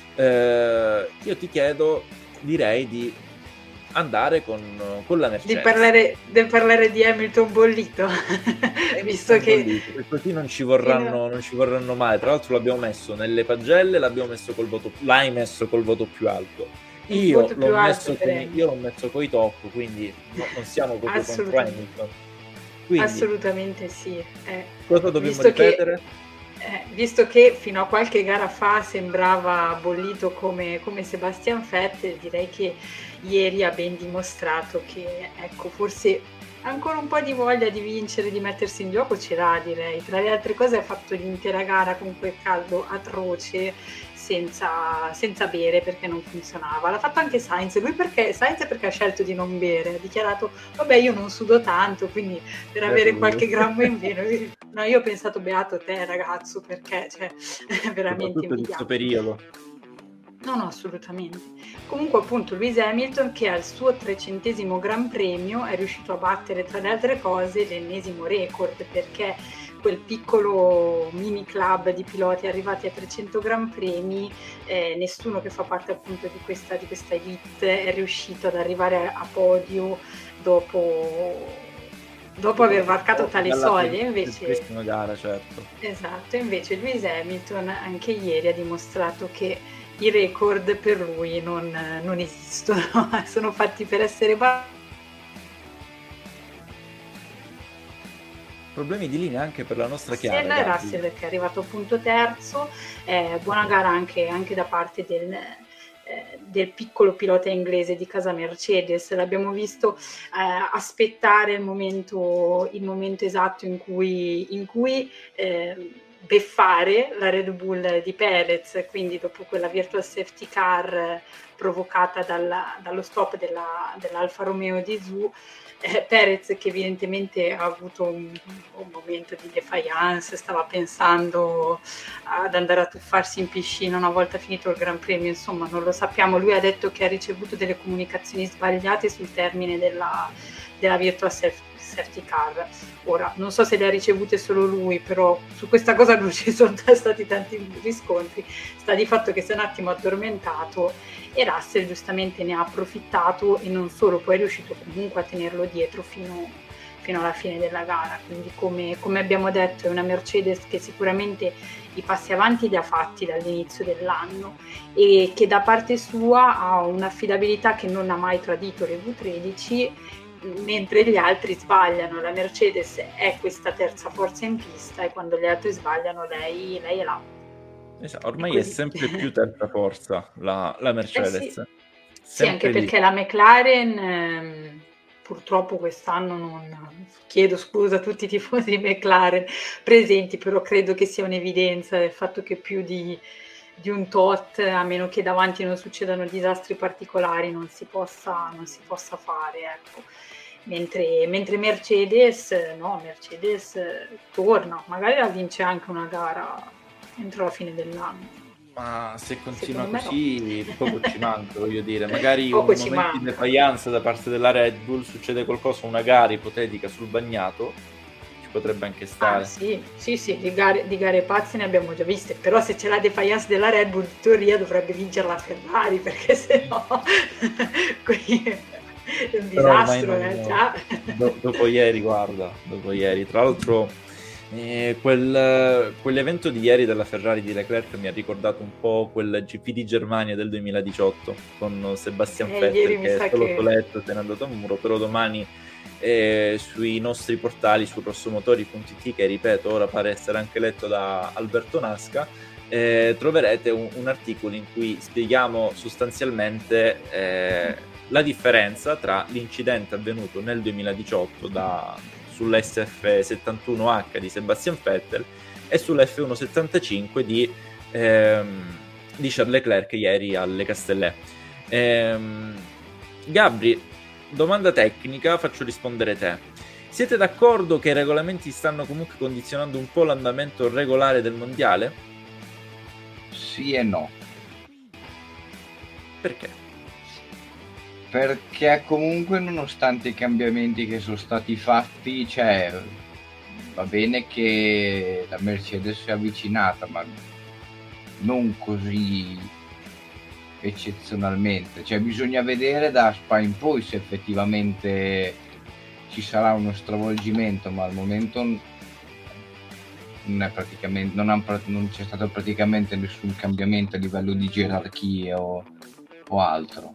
io ti chiedo, direi di andare con la Mercedes. Di parlare di Hamilton bollito, visto che bollito. E così non ci vorranno mai. Tra l'altro l'abbiamo messo nelle pagelle, l'hai messo col voto più alto. Io l'ho messo coi top, quindi non siamo proprio contro Hamilton. Quindi, assolutamente sì. Cosa dobbiamo ripetere? Visto che fino a qualche gara fa sembrava bollito come Sebastian Vettel, direi che ieri ha ben dimostrato che, ecco, forse ancora un po' di voglia di vincere, di mettersi in gioco ce l'ha, direi. Tra le altre cose ha fatto l'intera gara con quel caldo atroce, senza bere, perché non funzionava. L'ha fatto anche Sainz, perché ha scelto di non bere, ha dichiarato vabbè, io non sudo tanto, quindi per avere qualche grammo in meno. No, io ho pensato beato te ragazzo, perché veramente in questo periodo. No, assolutamente. Comunque appunto Lewis Hamilton, che al suo 300° Gran Premio è riuscito a battere, tra le altre cose, l'ennesimo record, perché quel piccolo mini club di piloti arrivati a 300 Gran Premi, nessuno che fa parte appunto di questa elite è riuscito ad arrivare a podio dopo aver varcato tale soglie. Invece gara, certo. Esatto, invece Lewis Hamilton anche ieri ha dimostrato che i record per lui non esistono, sono fatti per essere problemi di linea anche per la nostra Chiara. Senna e Russell che è arrivato appunto terzo, buona gara anche da parte del piccolo pilota inglese di casa Mercedes. L'abbiamo visto aspettare il momento esatto in cui beffare la Red Bull di Perez, quindi dopo quella virtual safety car provocata dallo stop dell'Alfa Romeo di Zhou, Perez, che evidentemente ha avuto un momento di defiance, stava pensando ad andare a tuffarsi in piscina una volta finito il Gran Premio, insomma non lo sappiamo. Lui ha detto che ha ricevuto delle comunicazioni sbagliate sul termine della virtual safety car. Ora non so se le ha ricevute solo lui, però su questa cosa non ci sono stati tanti riscontri. Sta di fatto che si è un attimo addormentato e Russell giustamente ne ha approfittato, e non solo, poi è riuscito comunque a tenerlo dietro fino alla fine della gara. Quindi come abbiamo detto è una Mercedes che sicuramente i passi avanti li ha fatti dall'inizio dell'anno e che da parte sua ha un'affidabilità che non ha mai tradito le V13, mentre gli altri sbagliano. La Mercedes è questa terza forza in pista e quando gli altri sbagliano lei è là. Esatto, ormai è sempre più terza forza la Mercedes. Sì, anche perché la McLaren purtroppo quest'anno non chiedo scusa a tutti i tifosi di McLaren presenti, però credo che sia un'evidenza il fatto che più di un tot, a meno che davanti non succedano disastri particolari, non si possa fare, ecco. Mentre Mercedes torna, magari la vince anche una gara entro la fine dell'anno. Ma se continua così poco ci manca, voglio dire, magari un momento di defiance da parte della Red Bull, succede qualcosa, una gara ipotetica sul bagnato, ci potrebbe anche stare. Sì, di gare pazze ne abbiamo già viste, però se c'è la defiance della Red Bull in teoria dovrebbe vincere la Ferrari, perché sennò qui è un disastro. Dopo ieri, tra l'altro quell'evento di ieri della Ferrari di Leclerc mi ha ricordato un po' quel GP di Germania del 2018 con Sebastian Vettel che è solo soletto, se n'è andato a muro, però domani sui nostri portali, su rossomotori.it, che ripeto ora pare essere anche letto da Alberto Nasca, troverete un articolo in cui spieghiamo sostanzialmente la differenza tra l'incidente avvenuto nel 2018 sull'SF71H di Sebastian Vettel e sull'F175 di Charles Leclerc ieri alle Castellet. Gabri, domanda tecnica, faccio rispondere te. Siete d'accordo che i regolamenti stanno comunque condizionando un po' l'andamento regolare del mondiale? Sì e no. Perché? Perché comunque nonostante i cambiamenti che sono stati fatti, va bene che la Mercedes si è avvicinata, ma non così eccezionalmente. Bisogna vedere da Spa in poi se effettivamente ci sarà uno stravolgimento, ma al momento non c'è stato praticamente nessun cambiamento a livello di gerarchie o altro.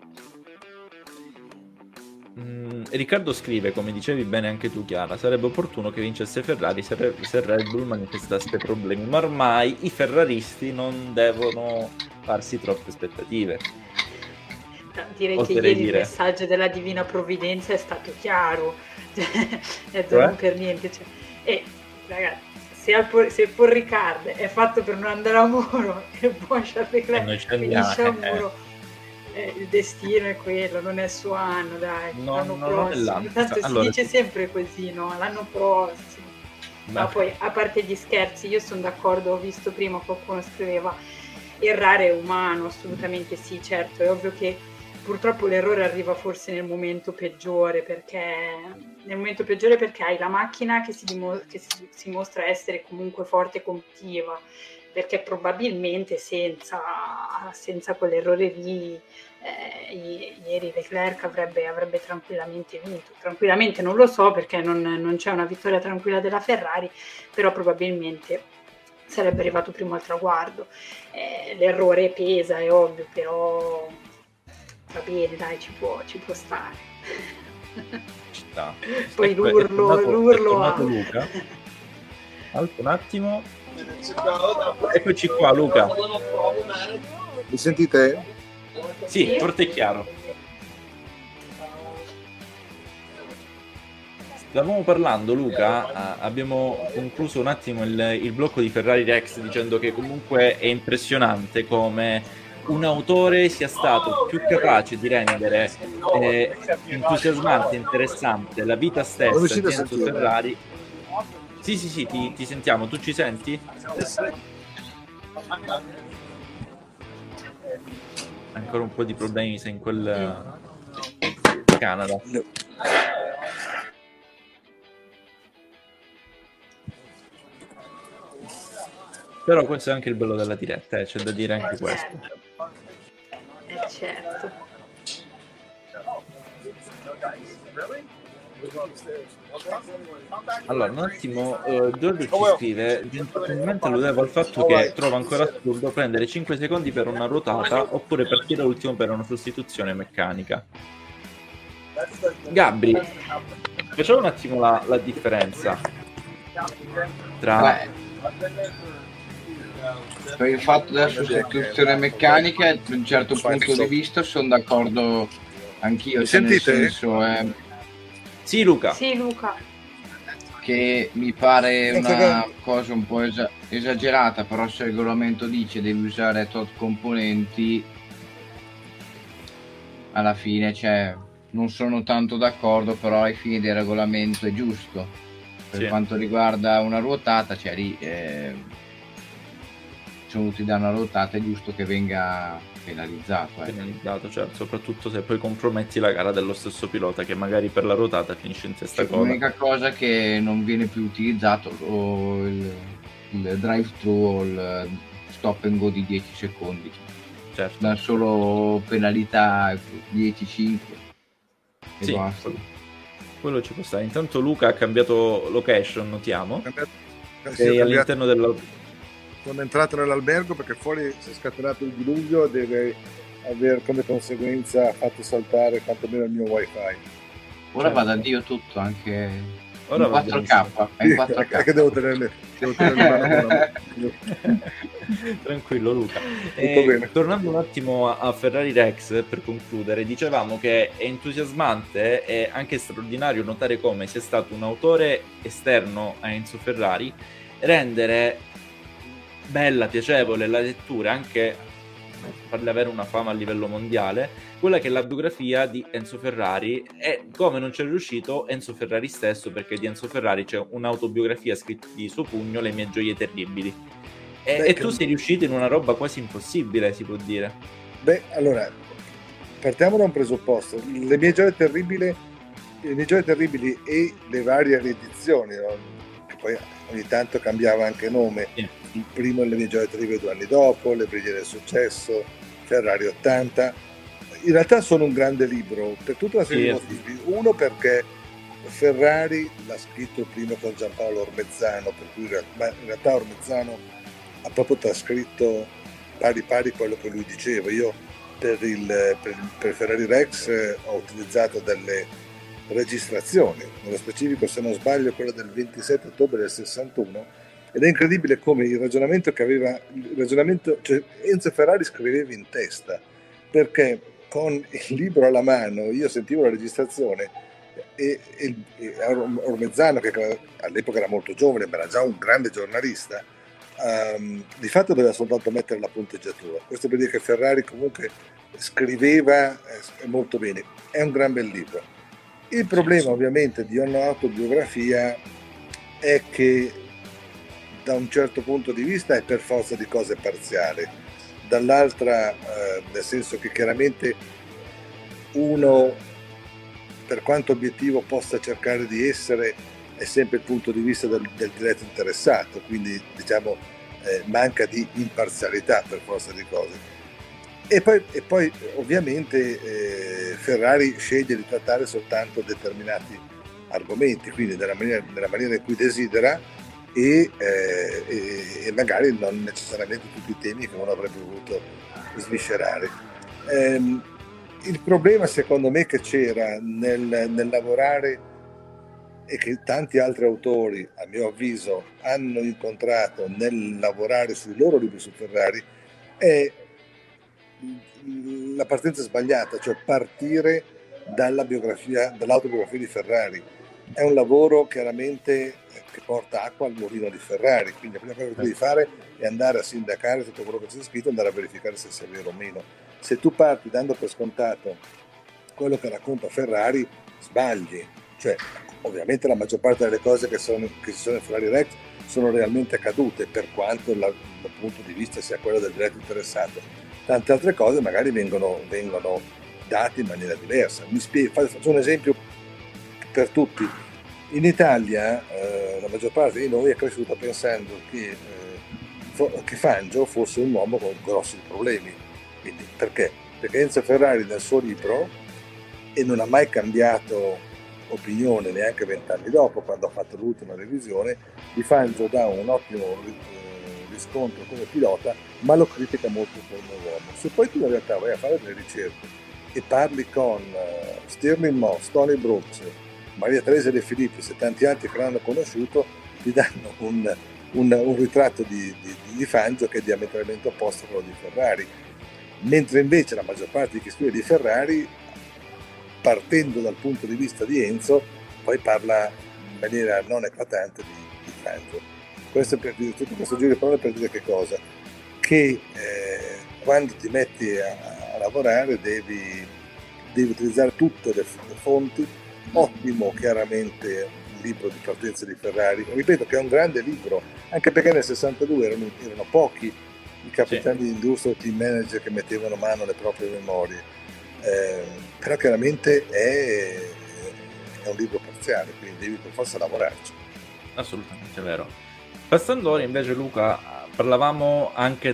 Riccardo scrive, come dicevi bene anche tu Chiara, sarebbe opportuno che vincesse Ferrari se Red Bull manifestasse problemi, ma ormai i ferraristi non devono farsi troppe aspettative. Direi che ieri il messaggio della divina provvidenza è stato chiaro, non per niente, ragazzi, se Paul Ricard è fatto per non andare a muro e buon Charles Leclerc finisce a muro, il destino è quello, non è il suo anno, dai, l'anno prossimo. Intanto si dice sempre così, no? L'anno prossimo. Ma poi, a parte gli scherzi, io sono d'accordo, ho visto prima qualcuno scriveva errare è umano, assolutamente sì, certo, è ovvio che purtroppo l'errore arriva forse nel momento peggiore, perché hai la macchina che si mostra essere comunque forte e competitiva, perché probabilmente senza quell'errore lì ieri Leclerc avrebbe tranquillamente vinto. Tranquillamente non lo so, perché non c'è una vittoria tranquilla della Ferrari, però probabilmente sarebbe arrivato primo al traguardo. L'errore pesa, è ovvio, però va bene, dai, ci può stare. Poi l'urlo è tornato Luca. Un attimo. Eccoci qua, Luca. Mi sentite? Sì, forte e chiaro. Stavamo parlando, Luca, abbiamo concluso un attimo il blocco di Ferrari Rex dicendo che comunque è impressionante come un autore sia stato più capace di rendere entusiasmante e interessante la vita stessa di Enzo Ferrari. Sì, ti sentiamo, tu ci senti? Ancora un po' di problemi sei in quel Canada. Però questo è anche il bello della diretta, c'è da dire anche questo. Certo. Allora, un attimo, Giorgio ci scrive, gentilmente alludevo al fatto che trova ancora assurdo prendere 5 secondi per una ruotata oppure partire all'ultimo per una sostituzione meccanica. Gabri, facciamo un attimo la differenza tra... Per il fatto della sostituzione meccanica, da un certo punto di vista sono d'accordo anch'io. Sentite? Nel senso, Sì, Luca. Sì, Luca. Che mi pare una cosa un po' esagerata, però se il regolamento dice devi usare tot componenti, alla fine non sono tanto d'accordo, però ai fini del regolamento è giusto. Per quanto riguarda una ruotata, lì sono venuti da una ruotata, è giusto che venga penalizzato. Penalizzato, certo, soprattutto se poi comprometti la gara dello stesso pilota che magari per la ruotata finisce in testa coda. L'unica cosa che non viene più utilizzato o il drive thru o il stop and go di 10 secondi. Certo. Da solo penalità 10-5 e basta. Quello ci può stare. Intanto Luca ha cambiato location, notiamo. Sì, all'interno della... Sono entrato nell'albergo perché fuori si è scatenato il diluvio e deve aver come conseguenza fatto saltare quantomeno il mio wifi. Ora va da Dio tutto, anche ora in 4K. È in 4K. È che devo tenere mano. Tranquillo Luca. Tornando un attimo a Ferrari Rex, per concludere, dicevamo che è entusiasmante e anche straordinario notare come sia stato un autore esterno a Enzo Ferrari rendere bella, piacevole la lettura, anche farle avere una fama a livello mondiale, quella che è la biografia di Enzo Ferrari, e come non c'è riuscito Enzo Ferrari stesso, perché di Enzo Ferrari c'è un'autobiografia scritta di suo pugno, Le mie gioie terribili, e tu sei riuscito in una roba quasi impossibile, si può dire. Allora partiamo da un presupposto: Le mie gioie terribili e le varie riedizioni, che poi ogni tanto cambiava anche nome. Il primo Le mie gioie terribili 2 anni dopo, Le briglie del successo, Ferrari 80. In realtà sono un grande libro per tutta una serie di motivi. Uno, perché Ferrari l'ha scritto prima con Giampaolo Ormezzano, per cui in realtà Ormezzano ha proprio trascritto pari pari quello che lui diceva. Io per Ferrari Rex ho utilizzato delle registrazioni, nello specifico, se non sbaglio, quella del 27 ottobre del 61, ed è incredibile come il ragionamento, cioè Enzo Ferrari scriveva in testa, perché con il libro alla mano io sentivo la registrazione e Ormezzano, che all'epoca era molto giovane ma era già un grande giornalista, di fatto doveva soltanto mettere la punteggiatura. Questo per dire che Ferrari comunque scriveva molto bene. È un gran bel libro. Il problema ovviamente di un'autobiografia è che da un certo punto di vista è per forza di cose parziale, dall'altra nel senso che chiaramente uno, per quanto obiettivo possa cercare di essere, è sempre il punto di vista del diretto interessato, quindi diciamo manca di imparzialità per forza di cose. E poi ovviamente Ferrari sceglie di trattare soltanto determinati argomenti, quindi nella maniera in cui desidera e magari non necessariamente tutti i temi che uno avrebbe voluto sviscerare. Il problema secondo me che c'era nel lavorare e che tanti altri autori a mio avviso hanno incontrato nel lavorare sui loro libri su Ferrari è la partenza sbagliata, cioè partire dall'autobiografia di Ferrari. È un lavoro chiaramente che porta acqua al mulino di Ferrari, quindi la prima cosa che devi fare è andare a sindacare tutto quello che c'è scritto e andare a verificare se sia vero o meno. Se tu parti dando per scontato quello che racconta Ferrari, sbagli. Cioè, ovviamente la maggior parte delle cose che ci sono in Ferrari Rex sono realmente accadute, per quanto il punto di vista sia quello del diretto interessato. Tante altre cose magari vengono date in maniera diversa. Faccio un esempio per tutti. In Italia la maggior parte di noi è cresciuta pensando che Fangio fosse un uomo con grossi problemi. Quindi, perché? Perché Enzo Ferrari nel suo libro, e non ha mai cambiato opinione neanche 20 anni dopo, quando ha fatto l'ultima revisione, di Fangio dà un ottimo riscontro come pilota, ma lo critica molto come uomo. Se poi tu in realtà vai a fare delle ricerche e parli con Stirling Moss, Tony Brooks, Maria Teresa De Filippis e tanti altri che l'hanno conosciuto, ti danno un ritratto di Fangio che è diametralmente opposto a quello di Ferrari, mentre invece la maggior parte di chi scrive di Ferrari, partendo dal punto di vista di Enzo, poi parla in maniera non eclatante di Fangio. Questo per dire, tutto questo giro di parole per dire che cosa? Che quando ti metti a lavorare devi utilizzare tutte le fonti. Ottimo chiaramente il libro di partenza di Ferrari, ripeto che è un grande libro, anche perché nel 62 erano pochi i capitani di industria o team manager che mettevano mano alle proprie memorie, però chiaramente è un libro parziale, quindi devi per forza lavorarci. Assolutamente vero. Passando ora invece, Luca, parlavamo anche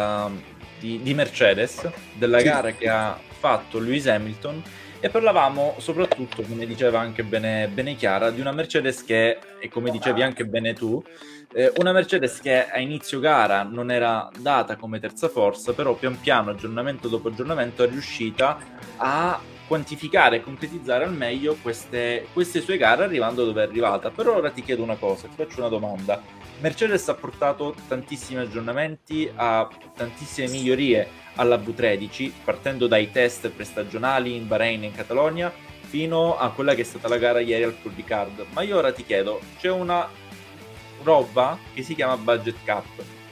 di Mercedes, della gara che ha fatto Lewis Hamilton, e parlavamo soprattutto, come diceva anche bene Chiara, di una Mercedes che, e come dicevi anche bene tu, una Mercedes che a inizio gara non era data come terza forza, però pian piano, aggiornamento dopo aggiornamento, è riuscita a quantificare e concretizzare al meglio queste sue gare, arrivando dove è arrivata. Però ora ti chiedo una cosa, ti faccio una domanda. Mercedes ha portato tantissimi aggiornamenti, ha tantissime migliorie alla V13, partendo dai test prestagionali in Bahrain e in Catalogna fino a quella che è stata la gara ieri al Paul Ricard. Ma io ora ti chiedo, c'è una roba che si chiama budget cap.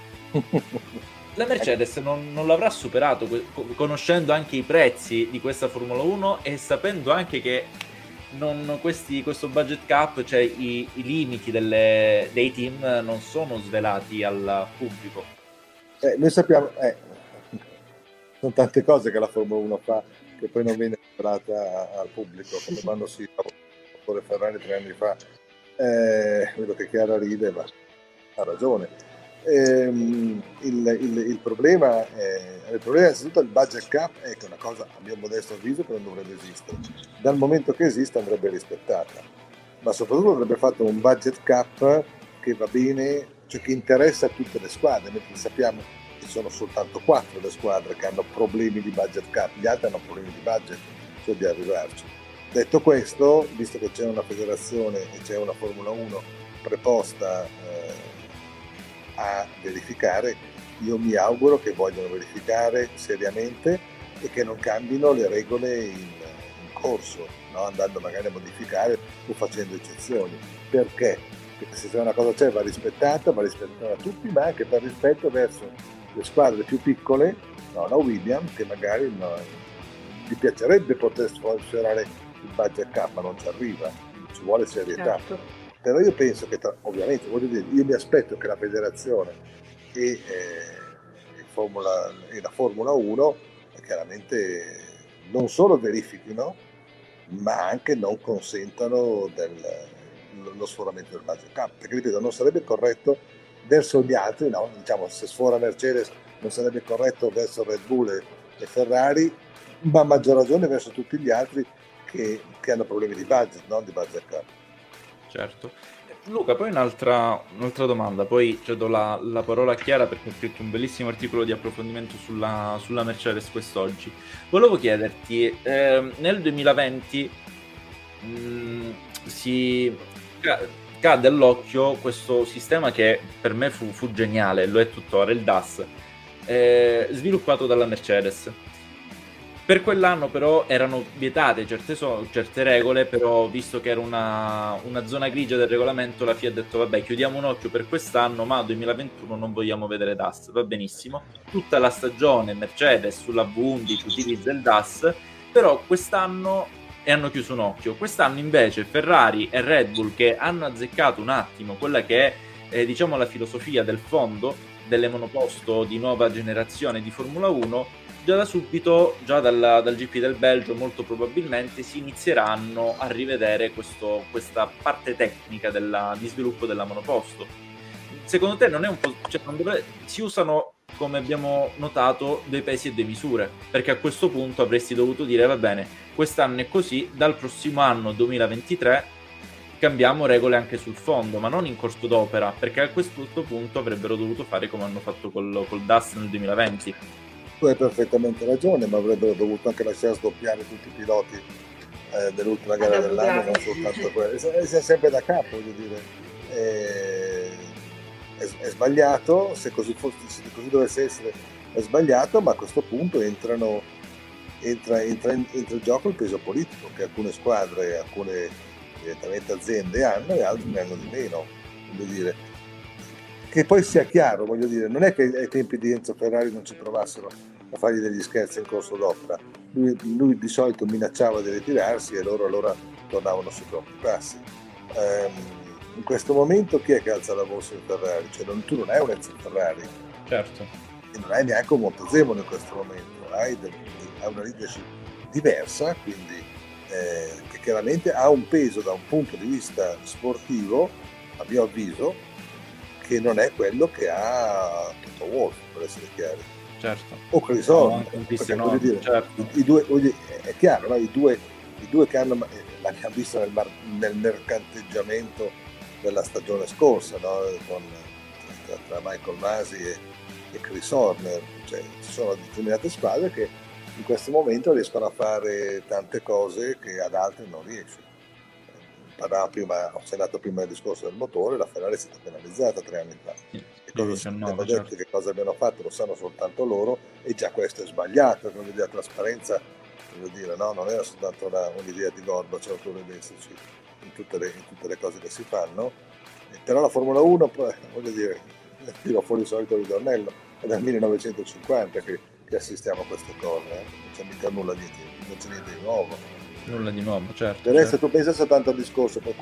La Mercedes non l'avrà superato, conoscendo anche i prezzi di questa Formula 1 e sapendo anche che questo budget cap, cioè i limiti dei team non sono svelati al pubblico. Noi sappiamo, sono tante cose che la Formula 1 fa che poi non viene svelata al pubblico, come quando si fa Ferrari 3 anni fa. Vedo che Chiara ride, ma ha ragione. Il problema è innanzitutto il budget cap, è che è una cosa, a mio modesto avviso, che non dovrebbe esistere. Dal momento che esiste andrebbe rispettata, ma soprattutto andrebbe fatto un budget cap che va bene, cioè che interessa a tutte le squadre, mentre sappiamo che sono soltanto 4 le squadre che hanno problemi di budget cap, gli altri hanno problemi di budget, cioè di arrivarci. Detto questo, visto che c'è una federazione e c'è una Formula 1 preposta a verificare, io mi auguro che vogliano verificare seriamente e che non cambino le regole in corso, no? Andando magari a modificare o facendo eccezioni. Perché? Perché se c'è una cosa c'è va rispettata da tutti, ma anche per rispetto verso le squadre più piccole, no? La Williams, che magari gli piacerebbe poter sforare il budget cap, ma non ci arriva, ci vuole serietà. Certo. Però io penso che, ovviamente, voglio dire, io mi aspetto che la federazione e la Formula 1 chiaramente non solo verifichino, ma anche non consentano lo sforamento del budget cap, perché ripeto, non sarebbe corretto verso gli altri, no? Diciamo, se sfora Mercedes non sarebbe corretto verso Red Bull e Ferrari, ma a maggior ragione verso tutti gli altri che hanno problemi di budget, non di budget cap. Certo. Luca, poi un'altra domanda, poi cedo la parola a Chiara perché ha scritto un bellissimo articolo di approfondimento sulla Mercedes quest'oggi. Volevo chiederti, nel 2020 si cade all'occhio questo sistema che per me fu geniale, lo è tuttora, il DAS, sviluppato dalla Mercedes. Per quell'anno però erano vietate certe regole, però visto che era una zona grigia del regolamento, la FIA ha detto vabbè, chiudiamo un occhio per quest'anno, ma 2021 non vogliamo vedere DAS, va benissimo. Tutta la stagione Mercedes sulla V11 utilizza il DAS, però quest'anno hanno chiuso un occhio. Quest'anno invece Ferrari e Red Bull, che hanno azzeccato un attimo quella che è diciamo la filosofia del fondo delle monoposto di nuova generazione di Formula 1, già da subito, già dal GP del Belgio molto probabilmente si inizieranno a rivedere questa parte tecnica di sviluppo della monoposto. Secondo te non è un po', cioè, si usano, come abbiamo notato, dei pesi e due misure, perché a questo punto avresti dovuto dire va bene, quest'anno è così, dal prossimo anno 2023 cambiamo regole anche sul fondo, ma non in corso d'opera, perché a questo punto avrebbero dovuto fare come hanno fatto col DAS nel 2020. Tu hai perfettamente ragione, ma avrebbero dovuto anche lasciare sdoppiare tutti i piloti dell'ultima gara dell'anno, non soltanto quelli. È sempre da capo, voglio dire. È sbagliato, se così dovesse essere, è sbagliato, ma a questo punto entra in gioco il peso politico che alcune squadre, alcune direttamente aziende hanno e altri ne hanno di meno, voglio dire. Che poi sia chiaro, voglio dire, non è che ai tempi di Enzo Ferrari non ci provassero a fargli degli scherzi in corso d'opera. Lui di solito minacciava di ritirarsi e loro allora tornavano sui propri passi. In questo momento chi è che alza la voce in Ferrari? Cioè, tu non hai un Enzo Ferrari. Certo. E non hai neanche un Montezemolo in questo momento. Hai una leadership diversa, quindi che chiaramente ha un peso da un punto di vista sportivo, a mio avviso, che non è quello che ha Toto Wolff, per essere chiari. Certo. O Chris Horner, certo. I due, è chiaro, no? I due che l'abbiamo visto nel mercanteggiamento della stagione scorsa, no? Tra Michael Masi e Chris Horner, cioè, ci sono determinate squadre che in questo momento riescono a fare tante cose che ad altre non riescono. Ho segnalato prima il discorso del motore, la Ferrari è stata penalizzata 3 anni fa. Che cosa abbiano fatto lo sanno soltanto loro, e già questo è sbagliato, perché l'idea di trasparenza, voglio dire, no? Non era soltanto un'idea di Gorbaciov, dovrebbe esserci in tutte le cose che si fanno. Però la Formula 1, voglio dire, tiro fuori il solito ritornello, è dal 1950 che assistiamo a queste cose, non c'è mica nulla di nuovo. Nulla di nuovo, certo. Per essere, tu pensa soltanto al discorso, per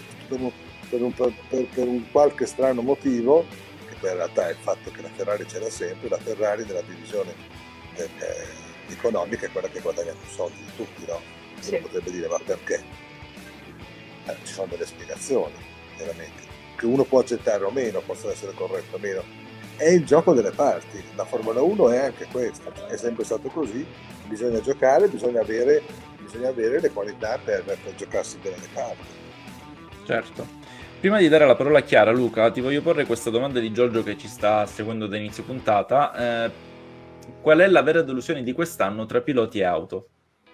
un qualche strano motivo, che poi in realtà è il fatto che la Ferrari c'era sempre, la Ferrari della divisione economica è quella che guadagna più soldi di tutti, no? Sì. Uno potrebbe dire, ma perché? Ci sono delle spiegazioni, veramente, che uno può accettare o meno, possono essere corrette o meno. È il gioco delle parti, la Formula 1 è anche questa, è sempre stato così, bisogna giocare, bisogna avere le qualità per giocarsi bene le carte. Certo. Prima di dare la parola a Chiara, Luca, ti voglio porre questa domanda di Giorgio che ci sta seguendo da inizio puntata. Qual è la vera delusione di quest'anno tra piloti e auto?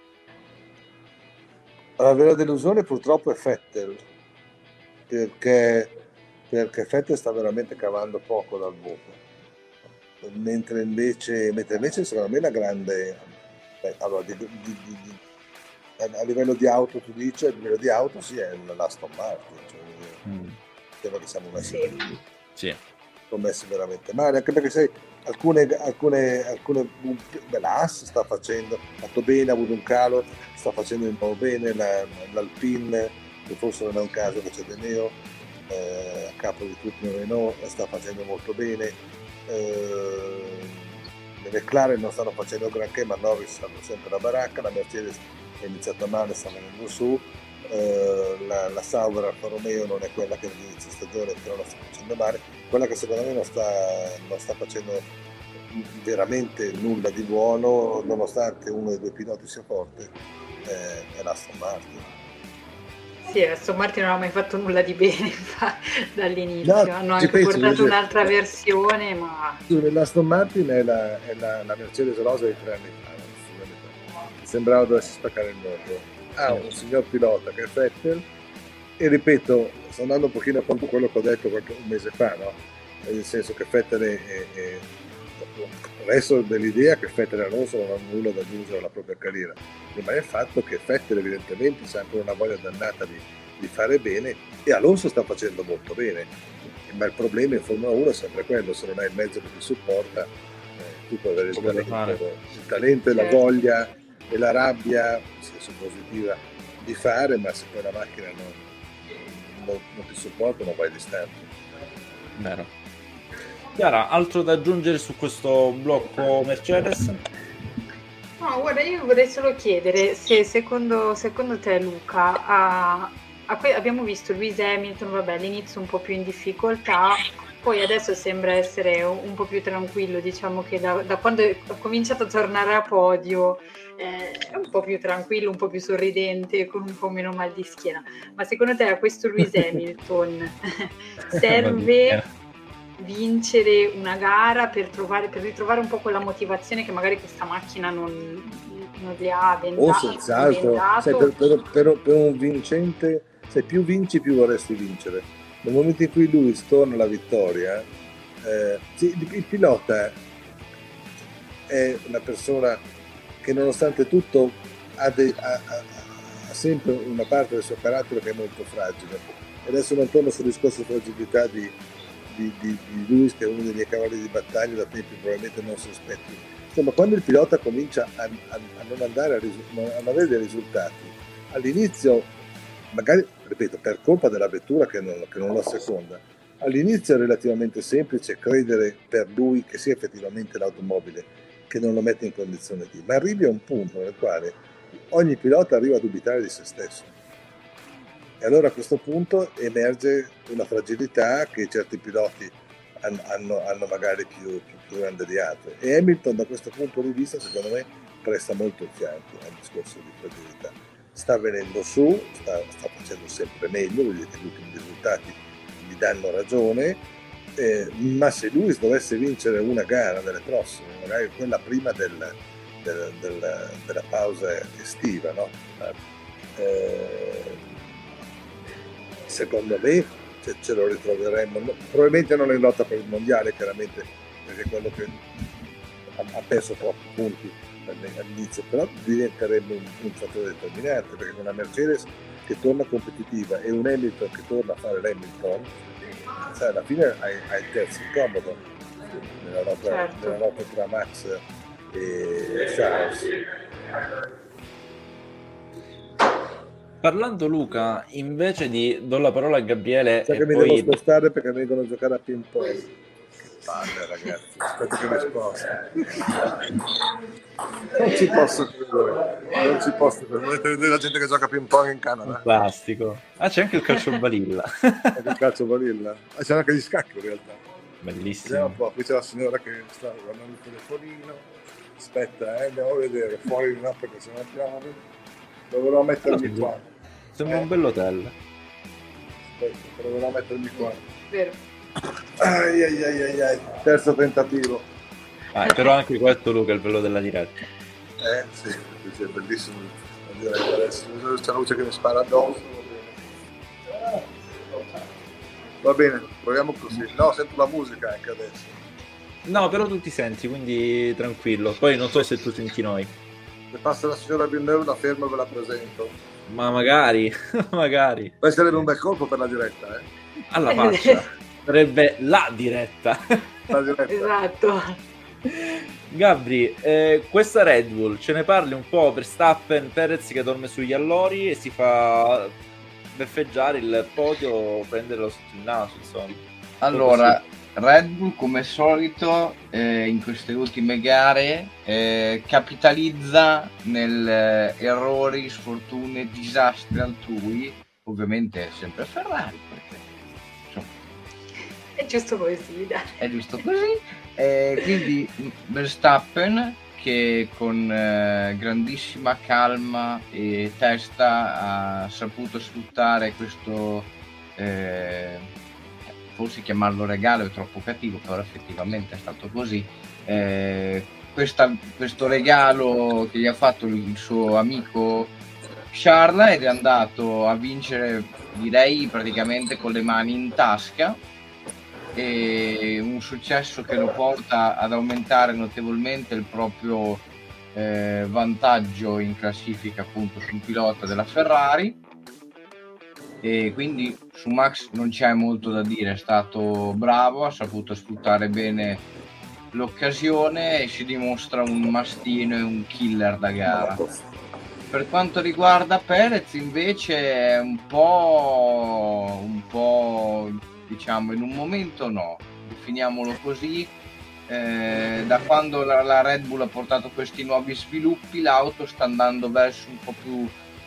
La vera delusione purtroppo è Vettel, perché Vettel sta veramente cavando poco dal buco, mentre invece secondo me la grande allora a livello di auto, tu dici, a livello di auto sì, è l'Aston Martin, cioè, sembra che siamo messi messi veramente male, anche perché sai, alcune l'Haas sta fatto bene, ha avuto un calo, sta facendo di nuovo bene, l'Alpine, che forse non è un caso che c'è De Neo a capo di tutto il Renault, sta facendo molto bene, le McLaren non stanno facendo granché, ma Norris hanno sempre la baracca, la Mercedes è iniziata male, sta venendo su, la Sauber Alfa Romeo non è quella che all'inizio stagione, però la sta facendo male. Quella che secondo me non sta facendo veramente nulla di buono, nonostante uno dei due piloti sia forte, è l'Aston Martin. Sì, Aston Martin non ha mai fatto nulla di bene dall'inizio, hanno anche portato un'altra versione, ma... L'Aston Martin è la Mercedes rosa di 3 anni fa, sembrava dovesse spaccare il mondo. Ha un signor pilota che è Vettel, e ripeto, sto andando un pochino contro quello che ho detto un mese fa, no? Nel senso che Vettel resto dell'idea che Vettel e Alonso non hanno nulla da aggiungere alla propria carriera, ma è il fatto che Vettel evidentemente ha ancora una voglia dannata di fare bene, e Alonso sta facendo molto bene, ma il problema in Formula 1 è sempre quello: se non hai il mezzo che ti supporta, tu puoi avere il talento e la voglia e la rabbia, in senso positiva, di fare, ma se poi la macchina non ti supporta, non vai distante. Vero. Chiara, altro da aggiungere su questo blocco Mercedes? No, guarda, io vorrei solo chiedere se secondo te, Luca, abbiamo visto Lewis Hamilton, vabbè, all'inizio un po' più in difficoltà, poi adesso sembra essere un po' più tranquillo, diciamo che da quando ha cominciato a tornare a podio è un po' più tranquillo, un po' più sorridente, con un po' meno mal di schiena. Ma secondo te a questo Lewis Hamilton serve vincere una gara per ritrovare un po' quella motivazione che magari questa macchina non gli ha vendato? Senz'altro, per un vincente, se più vinci più vorresti vincere. Nel momento in cui lui torna alla vittoria, il pilota è una persona che nonostante tutto ha sempre una parte del suo carattere che è molto fragile. E adesso non torno sul discorso di fragilità di Lewis, che è uno dei miei cavalli di battaglia da tempi probabilmente non sospetti. Insomma, quando il pilota comincia a non andare a non avere dei risultati all'inizio, magari, ripeto, per colpa della vettura che non la seconda, all'inizio è relativamente semplice credere per lui che sia effettivamente l'automobile che non lo mette in condizione di, ma arrivi a un punto nel quale ogni pilota arriva a dubitare di se stesso. E allora a questo punto emerge una fragilità che certi piloti hanno magari più grande di altri. E Hamilton da questo punto di vista, secondo me, presta molto il fianco al discorso di fragilità. Sta venendo su, sta facendo sempre meglio, vuol dire che gli ultimi risultati gli danno ragione, ma se lui dovesse vincere una gara delle prossime, magari quella prima della pausa estiva, no? Secondo me ce lo ritroveremmo, probabilmente non in lotta per il mondiale, chiaramente, perché quello che ha perso troppi punti all'inizio, però diventerebbe un fattore determinante, perché con una Mercedes che torna competitiva e un Hamilton che torna a fare l'Hamilton, sai, alla fine hai il terzo incomodo nella lotta tra Max e Charles. Parlando, Luca, invece do la parola a Gabriele. Sai che mi devo spostare perché vengono a giocare a ping pong. Che palle, ragazzi, aspetta che mi sposto. Non ci posso credere. Volete vedere la gente che gioca a ping pong in Canada? Fantastico. C'è anche il calcio balilla. Anche il calcio balilla. C'è anche gli scacchi in realtà. Bellissimo. Vediamo un po', qui c'è la signora che sta guardando il telefonino. Aspetta, andiamo a vedere. Fuori no, perché se no piove. Dovrò mettermi qua. Sembra un bell'hotel. Aspetta, proverò a mettermi qua. Vero. Ai. Terzo tentativo. Però anche questo, Luca, è il bello della diretta. Sì, è bellissimo. Adesso c'è la luce che mi spara addosso. Va bene, proviamo così. No, sento la musica anche adesso. No, però tu ti senti, quindi tranquillo. Poi non so se tu senti noi. Se passa la signora Villeneuve, la fermo e ve la presento. Ma magari. Poi sarebbe un bel colpo per la diretta, alla faccia. Sarebbe la diretta. Esatto. Gabri, questa Red Bull, ce ne parli un po'? Verstappen, Perez che dorme sugli allori e si fa beffeggiare il podio, prenderlo sotto il naso, insomma. Allora, Red Bull come al solito in queste ultime gare capitalizza nel errori, sfortune, disastri altrui, ovviamente sempre Ferrari, perché insomma, è giusto così, dai. È giusto così. Quindi Verstappen, che con grandissima calma e testa ha saputo sfruttare questo, forse chiamarlo regalo è troppo cattivo, però effettivamente è stato così, questo regalo che gli ha fatto il suo amico Charles, ed è andato a vincere, direi, praticamente con le mani in tasca, e un successo che lo porta ad aumentare notevolmente il proprio vantaggio in classifica, appunto, sul pilota della Ferrari. E quindi su Max non c'è molto da dire, è stato bravo, ha saputo sfruttare bene l'occasione e si dimostra un mastino e un killer da gara. Per quanto riguarda Perez invece è un po' diciamo in un momento no, definiamolo così, da quando la Red Bull ha portato questi nuovi sviluppi l'auto sta andando verso un po' più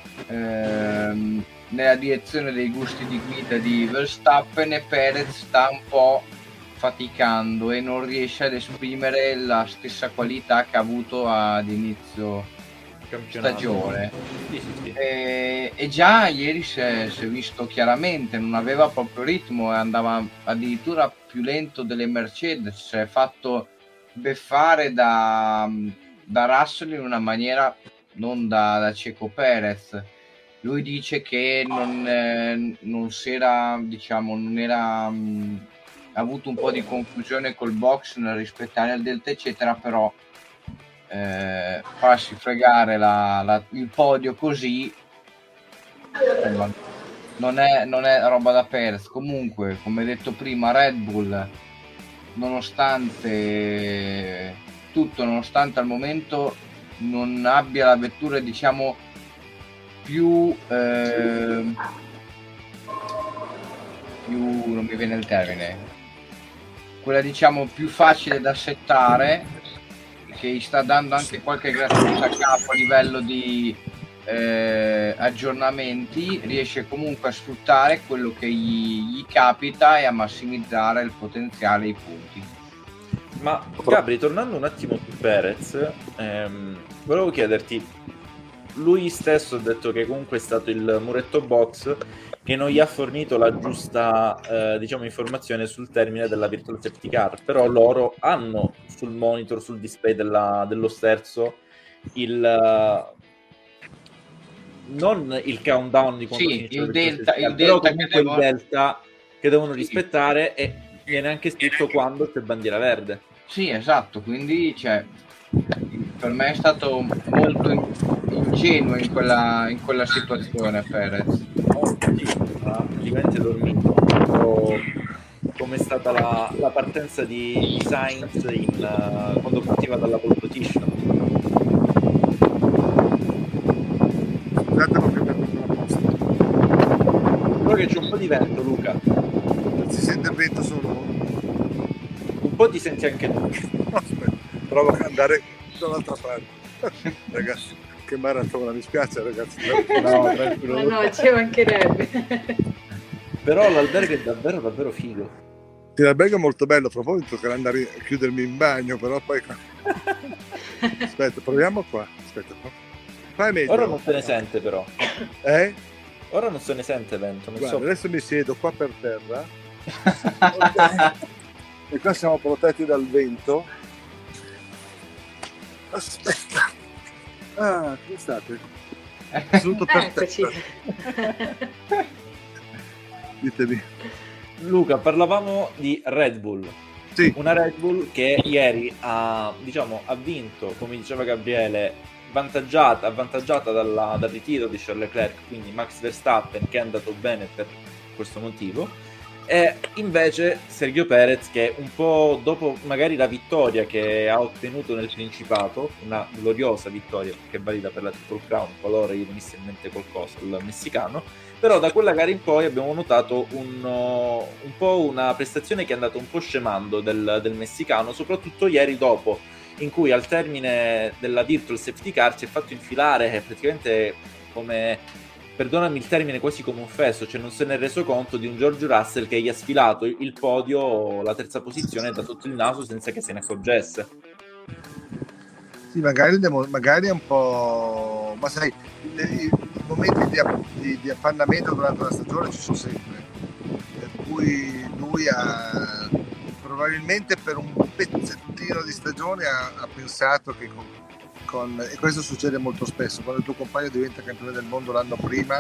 nella direzione dei gusti di guida di Verstappen, e Perez sta un po' faticando e non riesce ad esprimere la stessa qualità che ha avuto ad inizio stagione. Sì. E già ieri si è visto chiaramente, non aveva proprio ritmo e andava addirittura più lento delle Mercedes, si è fatto beffare da Russell in una maniera non da Checo Perez. Lui dice che non era ha avuto un po' di confusione col box nel rispettare il delta eccetera, però farsi fregare il podio così non è roba da Perez. Comunque, come detto prima, Red Bull nonostante tutto, nonostante al momento non abbia la vettura diciamo più non mi viene il termine, quella diciamo più facile da settare, che gli sta dando anche qualche grattacielo a capo a livello di aggiornamenti, riesce comunque a sfruttare quello che gli capita e a massimizzare il potenziale e i punti. Ma Gabri, tornando un attimo su Perez, volevo chiederti, lui stesso ha detto che comunque è stato il muretto box che non gli ha fornito la giusta informazione sul termine della virtual safety car, però loro hanno sul monitor, sul display dello sterzo non il countdown di quando finisce il delta che devono rispettare, e viene anche scritto quando c'è bandiera verde. Sì, esatto, quindi per me è stato molto ingenuo in quella situazione Perez. Ha praticamente dormito, come è stata la partenza di Sainz quando partiva dalla pole position. Però che c'è un po' di vento, Luca. Si sente il vento solo? Un po' ti senti anche tu. Aspetta, provo ad andare dall'altra parte. Ragazzi, che maratona, mi spiace ragazzi. No, tranquillo. Ma no, ci mancherebbe. Però l'albergo è davvero davvero figo. Sì, l'albergo è molto bello, fra poco mi toccherà andare a chiudermi in bagno, però poi... Aspetta, proviamo qua. Aspetta, qua è meglio. Ora non se ne sente però. Ora non se ne sente vento. Guarda, adesso mi siedo qua per terra. Okay. E qua siamo protetti dal vento. Aspetta. Ah, come state? Tutto perfetto. Ditemi. Luca, parlavamo di Red Bull. Sì. Una Red Bull che ieri ha vinto, come diceva Gabriele, avvantaggiata dal ritiro di Charles Leclerc, quindi Max Verstappen, che è andato bene per questo motivo, E invece Sergio Perez, che un po' dopo magari la vittoria che ha ottenuto nel Principato, una gloriosa vittoria che è valida per la Triple Crown, qualora gli venisse in mente qualcosa, il messicano, però da quella gara in poi abbiamo notato un po' una prestazione che è andata un po' scemando del messicano, soprattutto ieri dopo, in cui al termine della Virtual Safety Car si è fatto infilare praticamente come... perdonami il termine, quasi come un fesso, cioè non se ne è reso conto di un George Russell che gli ha sfilato il podio, la terza posizione da sotto il naso senza che se ne accorgesse. Sì, magari è un po'... ma sai, i momenti di appannamento durante la stagione ci sono sempre, per cui lui ha probabilmente per un pezzettino di stagione ha pensato che e questo succede molto spesso, quando il tuo compagno diventa campione del mondo l'anno prima,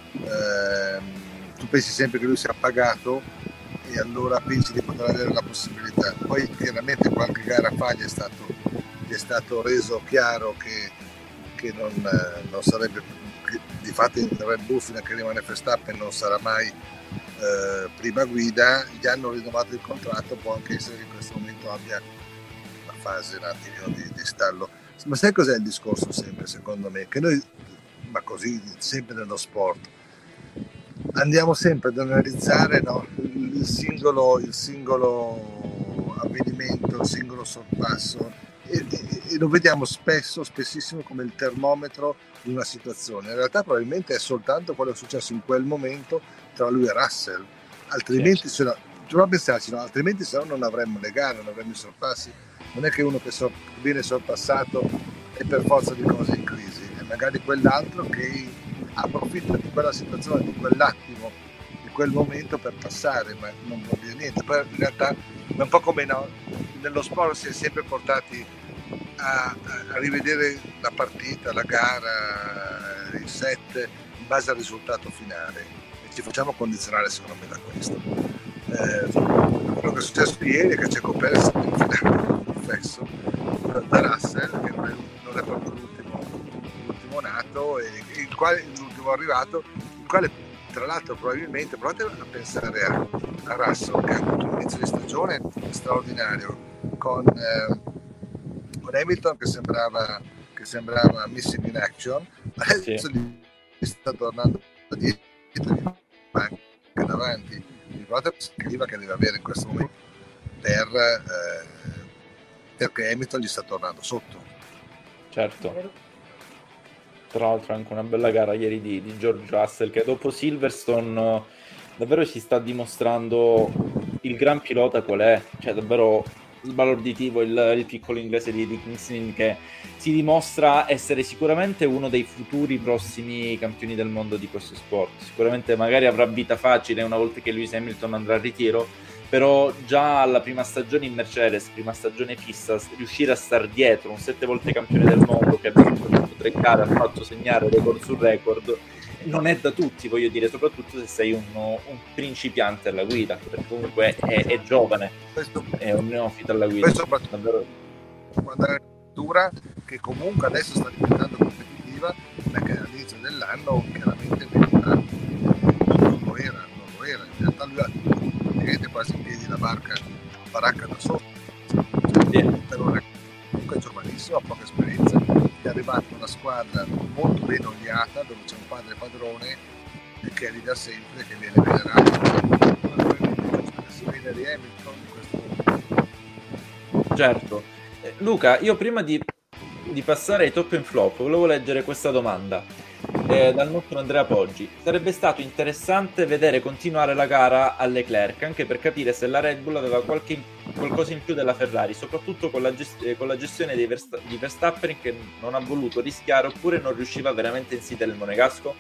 tu pensi sempre che lui sia pagato e allora pensi di poter avere la possibilità. Poi chiaramente qualche gara fa gli è stato reso chiaro che non sarebbe, che di fatto in Red Bull fino a che rimane Verstappen non sarà mai prima guida, gli hanno rinnovato il contratto, può anche essere che in questo momento abbia una fase un attimino di stallo. Ma sai cos'è il discorso sempre, secondo me? Che noi, ma così sempre nello sport, andiamo sempre ad analizzare, no, il singolo avvenimento, il singolo sorpasso e lo vediamo spessissimo come il termometro di una situazione. In realtà probabilmente è soltanto quello che è successo in quel momento tra lui e Russell, altrimenti altrimenti se no non avremmo le gare, non avremmo i sorpassi. Non è che uno che viene sorpassato è per forza di cose in crisi, è magari quell'altro che approfitta di quella situazione, di quell'attimo, di quel momento per passare, ma non vuol dire niente. Poi in realtà è un po' come nello sport si è sempre portati a rivedere la partita, la gara, il set in base al risultato finale e ci facciamo condizionare secondo me da questo. Quello che è successo ieri è che Checo Perez è stato infilato da Russell, che non è proprio l'ultimo nato e l'ultimo arrivato, il quale tra l'altro probabilmente provate a pensare a Russell, che ha avuto un inizio di stagione straordinario con Hamilton che sembrava missing in action, adesso gli sta tornando dietro, ma anche davanti. Provate a che deve avere in questo momento perché Hamilton gli sta tornando sotto. Certo. Tra l'altro anche una bella gara ieri di George Russell, che dopo Silverstone davvero ci sta dimostrando il gran pilota qual è, cioè davvero sbalorditivo il piccolo inglese di Kingston, che si dimostra essere sicuramente uno dei futuri prossimi campioni del mondo di questo sport. Sicuramente magari avrà vita facile una volta che Lewis Hamilton andrà a ritiro, però già alla prima stagione in Mercedes, prima stagione fissa, riuscire a star dietro un 7 volte campione del mondo che ha vinto 3 gare, ha fatto segnare record su record, non è da tutti, voglio dire, soprattutto se sei un principiante alla guida, perché comunque è giovane, è un neofita alla guida. Questo davvero quando è dura, che comunque adesso sta diventando competitiva, perché all'inizio dell'anno chiaramente non lo era, in realtà lui ha quasi in piedi la baracca da solo, per un comunque giovanissimo, ha poca esperienza, è arrivato in una squadra molto ben oliata, dove c'è un padre padrone che arriva sempre, che viene venerato, si vede di Hamilton in questo momento. Certo. Luca, io prima di passare ai top and flop volevo leggere questa domanda dal nostro Andrea Poggi. Sarebbe stato interessante vedere continuare la gara a Leclerc, anche per capire se la Red Bull aveva qualcosa in più della Ferrari, soprattutto con la gestione di Verstappen, che non ha voluto rischiare oppure non riusciva veramente a insidiare il monegasco.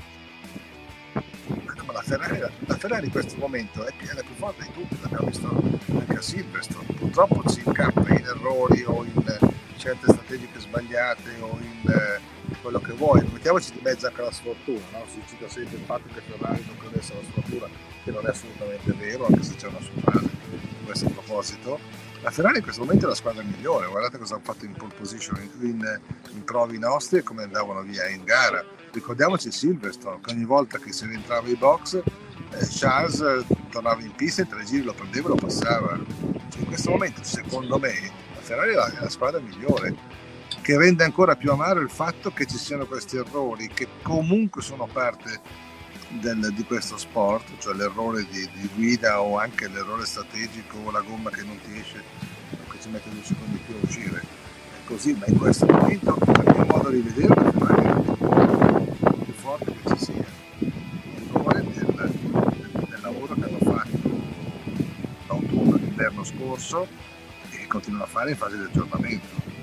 Ma la Ferrari in questo momento è la più forte di tutte, l'abbiamo visto anche a Silverstone. Purtroppo si incappa in errori o in scelte strategiche sbagliate o in quello che vuoi. Mettiamoci di mezzo anche la sfortuna, no? Si cita sempre il fatto che Ferrari non credesse alla sfortuna, che non è assolutamente vero, anche se c'è una sua frase a questo proposito. La Ferrari in questo momento è la squadra migliore, guardate cosa hanno fatto in pole position in provi nostri e come andavano via in gara. Ricordiamoci Silverstone, che ogni volta che si rientrava ai box Charles tornava in pista, in 3 giri lo prendeva e lo passava. In questo momento, secondo me, la Ferrari è la squadra migliore, che rende ancora più amaro il fatto che ci siano questi errori che comunque sono parte di questo sport, cioè l'errore di guida o anche l'errore strategico o la gomma che non ti esce, che ci mette 2 secondi più a uscire. È così, ma in questo momento, a mio modo di vedere, la Ferrari è il più forte che ci sia. L'errore del lavoro che hanno fatto l'autunno e l'inverno scorso e che continuano a fare in fase di aggiornamento.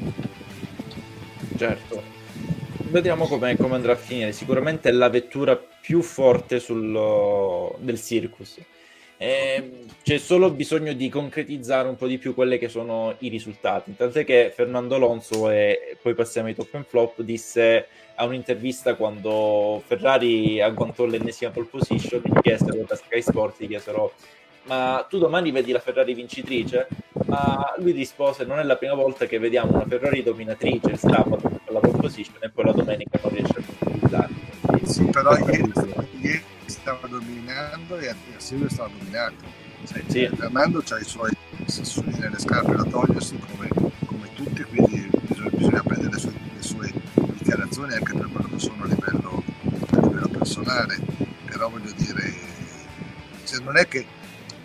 Certo, vediamo come andrà a finire. Sicuramente è la vettura più forte del Circus. C'è solo bisogno di concretizzare un po' di più quelli che sono i risultati, tant'è che Fernando Alonso, e poi passiamo ai top and flop, disse a un'intervista quando Ferrari agguantò l'ennesima pole position, gli chiesero da Sky Sport, gli chiesero: ma tu domani vedi la Ferrari vincitrice? Ma lui rispose: non è la prima volta che vediamo una Ferrari dominatrice il sabato con la pole position e poi la domenica non riesce a concretizzare. Sì, però ieri stava dominando e a Silvio stava dominando. Sì. Fernando ha i suoi sassolini nelle scarpe da togliersi come tutti, quindi bisogna prendere le sue dichiarazioni anche per quello che sono a livello personale. Però voglio dire, non è che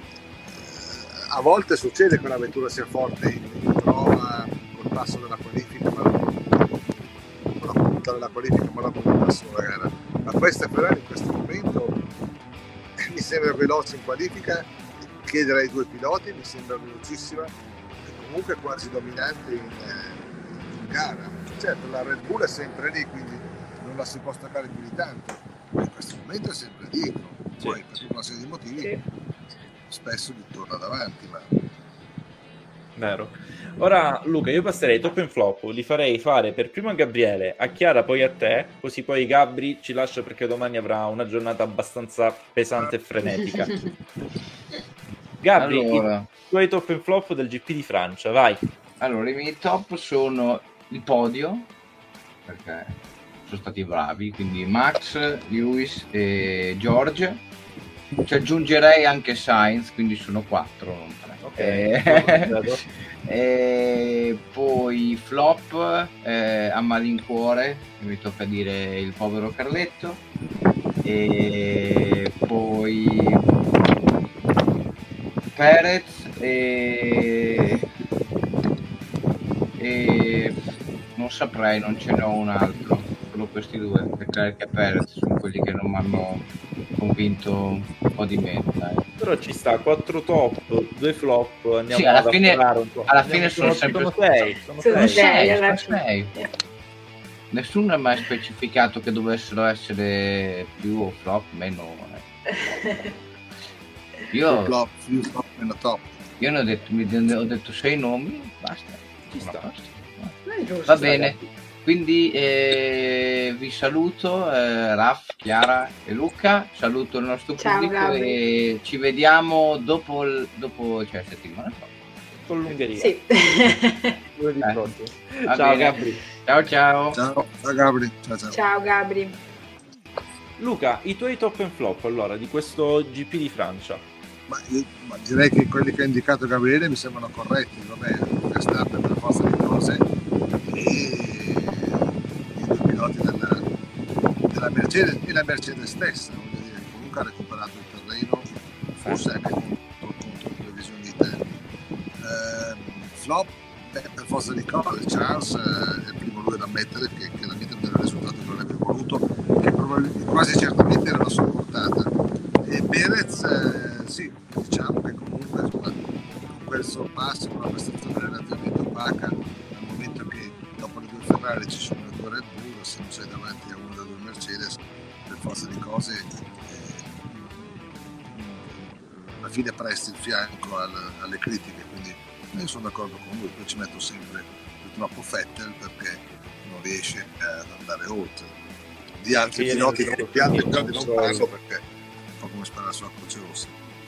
a volte succede che una vettura sia forte in prova col passo della qualifica, ma con la punta della qualifica, ma non con il passo della gara. Ma questa Ferrari in questo momento mi sembra veloce in qualifica, chiedere ai 2 piloti, mi sembra velocissima e comunque quasi dominante in gara. Certo, la Red Bull è sempre lì, quindi non la si può staccare più di tanto, ma in questo momento è sempre dietro. Poi per una serie di motivi spesso gli torna davanti, ma... Vero. Ora Luca, io passerei top and flop, li farei fare per prima a Gabriele, a Chiara, poi a te, così poi Gabri ci lascia perché domani avrà una giornata abbastanza pesante e frenetica. Gabri, allora, i tuoi top and flop del GP di Francia, vai. Allora, i miei top sono il podio, perché sono stati bravi, quindi Max, Lewis e George. Ci aggiungerei anche Sainz, quindi sono 4, non 3. E poi flop, a malincuore, mi tocca dire il povero Carletto. E poi Perez e non saprei, non ce n'ho un altro, solo questi 2, perché Perez sono quelli che non mi hanno convinto un po' di meno, dai. Però ci sta 4 top, 2 flop, andiamo sì, alla fine sono sempre 6. Nessuno ha mai specificato che dovessero essere più o flop, meno. Io flop, meno top. Io ne ho detto 6 nomi, basta. Ci sta. Va bene. Quindi vi saluto, Raf, Chiara e Luca, saluto il nostro pubblico. Gabri. E ci vediamo dopo cioè settimana prossima con l'Ungheria. Sì. Ciao Gabri. Ciao Gabri. Ciao Gabri. Luca, i tuoi top and flop allora di questo GP di Francia? Ma direi che quelli che ha indicato Gabriele mi sembrano corretti. Vabbè, Verstappen per forza di cose e i 2 piloti della Mercedes e la Mercedes stessa, voglio dire, comunque ha recuperato il terreno, forse anche contro previsioni di tempo. Flop, per forza di cose, Charles è il primo lui ad ammettere che chiaramente non era il risultato che avrebbe voluto, che quasi certamente era la sua portata. E Perez, sì, diciamo che comunque con quel sorpasso, con una prestazione relativamente opaca, al momento che dopo le 2 Ferrari ci sono le 2 Red Bull, se non sei davanti a una delle 2 Mercedes, per forza di cose alla fine presti il fianco alle critiche, quindi io sono d'accordo con lui. Poi ci metto sempre purtroppo Vettel perché non riesce ad andare oltre. Di altri piloti non parlo perché è un po' come sparare sulla Croce Rossa.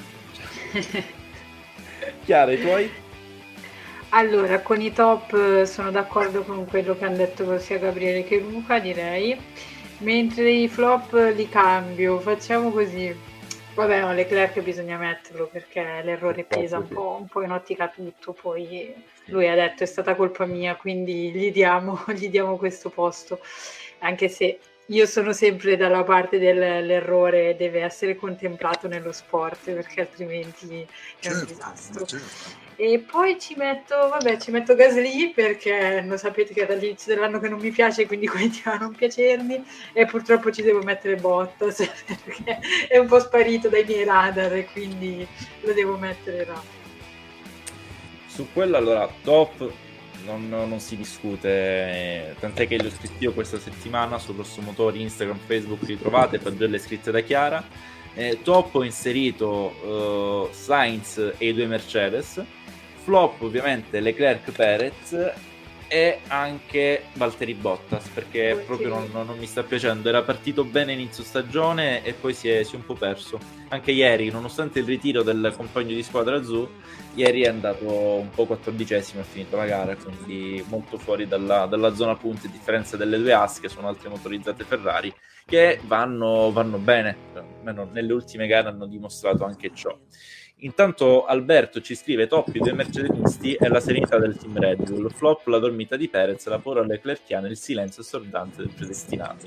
Chiara, i tuoi? Allora, con i top sono d'accordo con quello che hanno detto sia Gabriele che Luca, direi. Mentre i flop li cambio, facciamo così. Vabbè, no, Leclerc bisogna metterlo perché l'errore pesa un po' in ottica tutto, poi lui ha detto è stata colpa mia, quindi gli diamo questo posto, anche se io sono sempre dalla parte dell'errore, deve essere contemplato nello sport perché altrimenti è un disastro. Certo. E poi ci metto Gasly perché lo sapete che dall'inizio dell'anno che non mi piace, quindi continua a non piacermi, e purtroppo ci devo mettere Bottas perché è un po' sparito dai miei radar e quindi lo devo mettere là. Su quello allora top non si discute, tant'è che li ho scritti io questa settimana su Rossomotori, Instagram, Facebook, li trovate, pagelle scritte da Chiara. Top ho inserito Sainz e i 2 Mercedes, flop ovviamente Leclerc, Perez e anche Valtteri Bottas perché proprio non mi sta piacendo. Era partito bene inizio stagione e poi si è un po' perso. Anche ieri, nonostante il ritiro del compagno di squadra Zhou, ieri è andato un po' 14esimo, è finito la gara, quindi molto fuori dalla zona punti, a differenza delle 2 Haas che sono altre motorizzate Ferrari che vanno bene, almeno nelle ultime gare hanno dimostrato anche ciò. Intanto Alberto ci scrive: top i 2 mercedinisti e la serenità del team Red Bull, flop la dormita di Perez, la paura leclerchiana, il silenzio assordante del predestinato.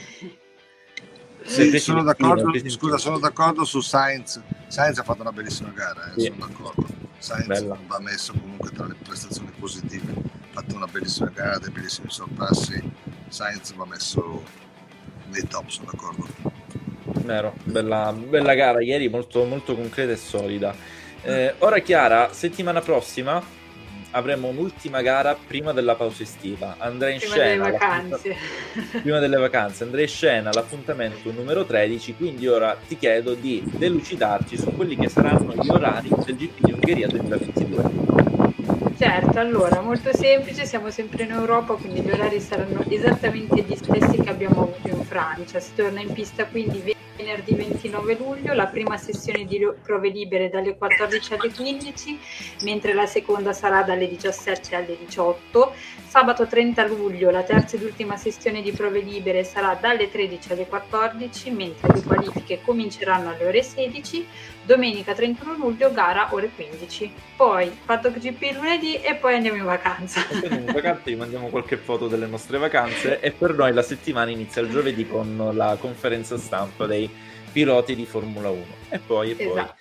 Sì, sono d'accordo su Sainz. Sainz ha fatto una bellissima gara, sì. Sono d'accordo. Sainz va messo comunque tra le prestazioni positive, ha fatto una bellissima gara, dei bellissimi sorpassi. Sainz va messo nei top, sono d'accordo. Vero, bella gara ieri, molto, molto concreta e solida. Ora Chiara, settimana prossima avremo un'ultima gara prima della pausa estiva. Andrà in scena prima delle vacanze, andrà in scena l'appuntamento numero 13, quindi ora ti chiedo di delucidarci su quelli che saranno gli orari del GP di Ungheria 2022. Certo, allora, molto semplice, siamo sempre in Europa, quindi gli orari saranno esattamente gli stessi che abbiamo avuto in Francia. Si torna in pista quindi venerdì 29 luglio, la prima sessione di prove libere dalle 14 alle 15, mentre la seconda sarà dalle 17 alle 18. Sabato 30 luglio la terza ed ultima sessione di prove libere sarà dalle 13 alle 14, mentre le qualifiche cominceranno alle ore 16. Domenica 31 luglio gara ore 15. Poi Paddock GP lunedì e poi andiamo in vacanza. Vi mandiamo qualche foto delle nostre vacanze e per noi la settimana inizia il giovedì con la conferenza stampa dei piloti di Formula 1 e poi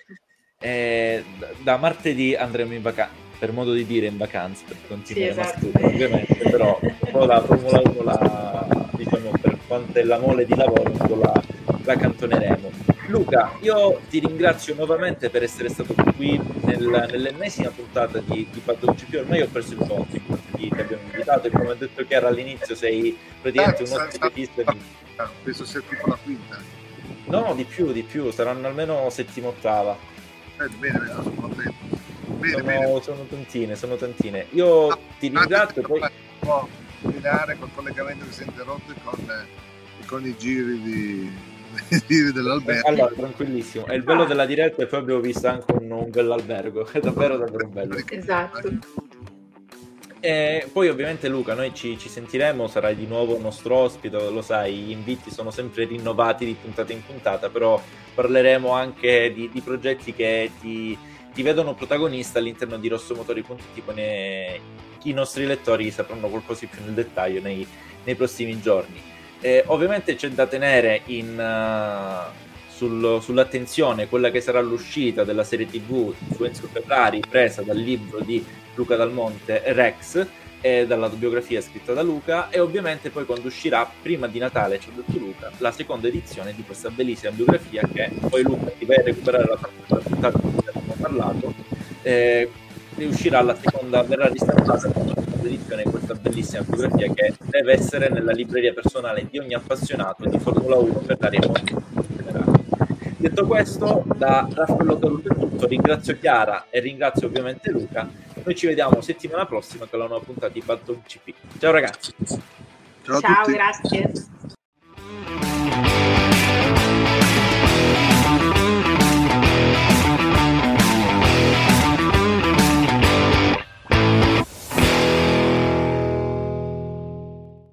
da martedì andremo in vacanza, per modo di dire in vacanza, perché continueremo a studiare ovviamente, però un po' la Formula 1 diciamo, per quanto è la mole di lavoro un po' la cantoneremo. Luca, io ti ringrazio nuovamente per essere stato qui nell'ennesima puntata di Paddock GP. Ormai ho preso il conto in quanti ti abbiamo invitato e come ho detto Chiara all'inizio sei praticamente un ottimo regista. Penso sia tipo la quinta. No, di più, saranno almeno settima, ottava. Bene, sono contento. Sono tantine. Io ti ringrazio. Poi può combinare col collegamento che si è interrotto con i giri dell'albergo. Allora, tranquillissimo. È il bello della diretta e poi abbiamo visto anche un bell'albergo. È davvero bello. Esatto. E poi ovviamente Luca, noi ci sentiremo, sarai di nuovo il nostro ospite, lo sai, gli inviti sono sempre rinnovati di puntata in puntata, però parleremo anche di progetti che ti vedono protagonista all'interno di Rossomotori.it, con i nostri lettori sapranno qualcosa di più nel dettaglio nei prossimi giorni. Ovviamente c'è da tenere sull'attenzione quella che sarà l'uscita della serie TV su Enzo Ferrari, presa dal libro di Luca Dal Monte, Rex, e dalla biografia scritta da Luca, e ovviamente poi quando uscirà prima di Natale, ci ha detto Luca, la seconda edizione di questa bellissima biografia, che poi Luca ti vai a recuperare la puntata di cui abbiamo parlato, uscirà la seconda, verrà ristampata la seconda edizione di questa bellissima biografia che deve essere nella libreria personale di ogni appassionato di Formula 1, Ferrari e mondo in generale. Detto questo, da Raffaello Caruso è tutto, ringrazio Chiara e ringrazio ovviamente Luca. Noi ci vediamo settimana prossima con la nuova puntata di Paddock GP. Ciao ragazzi. Ciao a tutti. Grazie.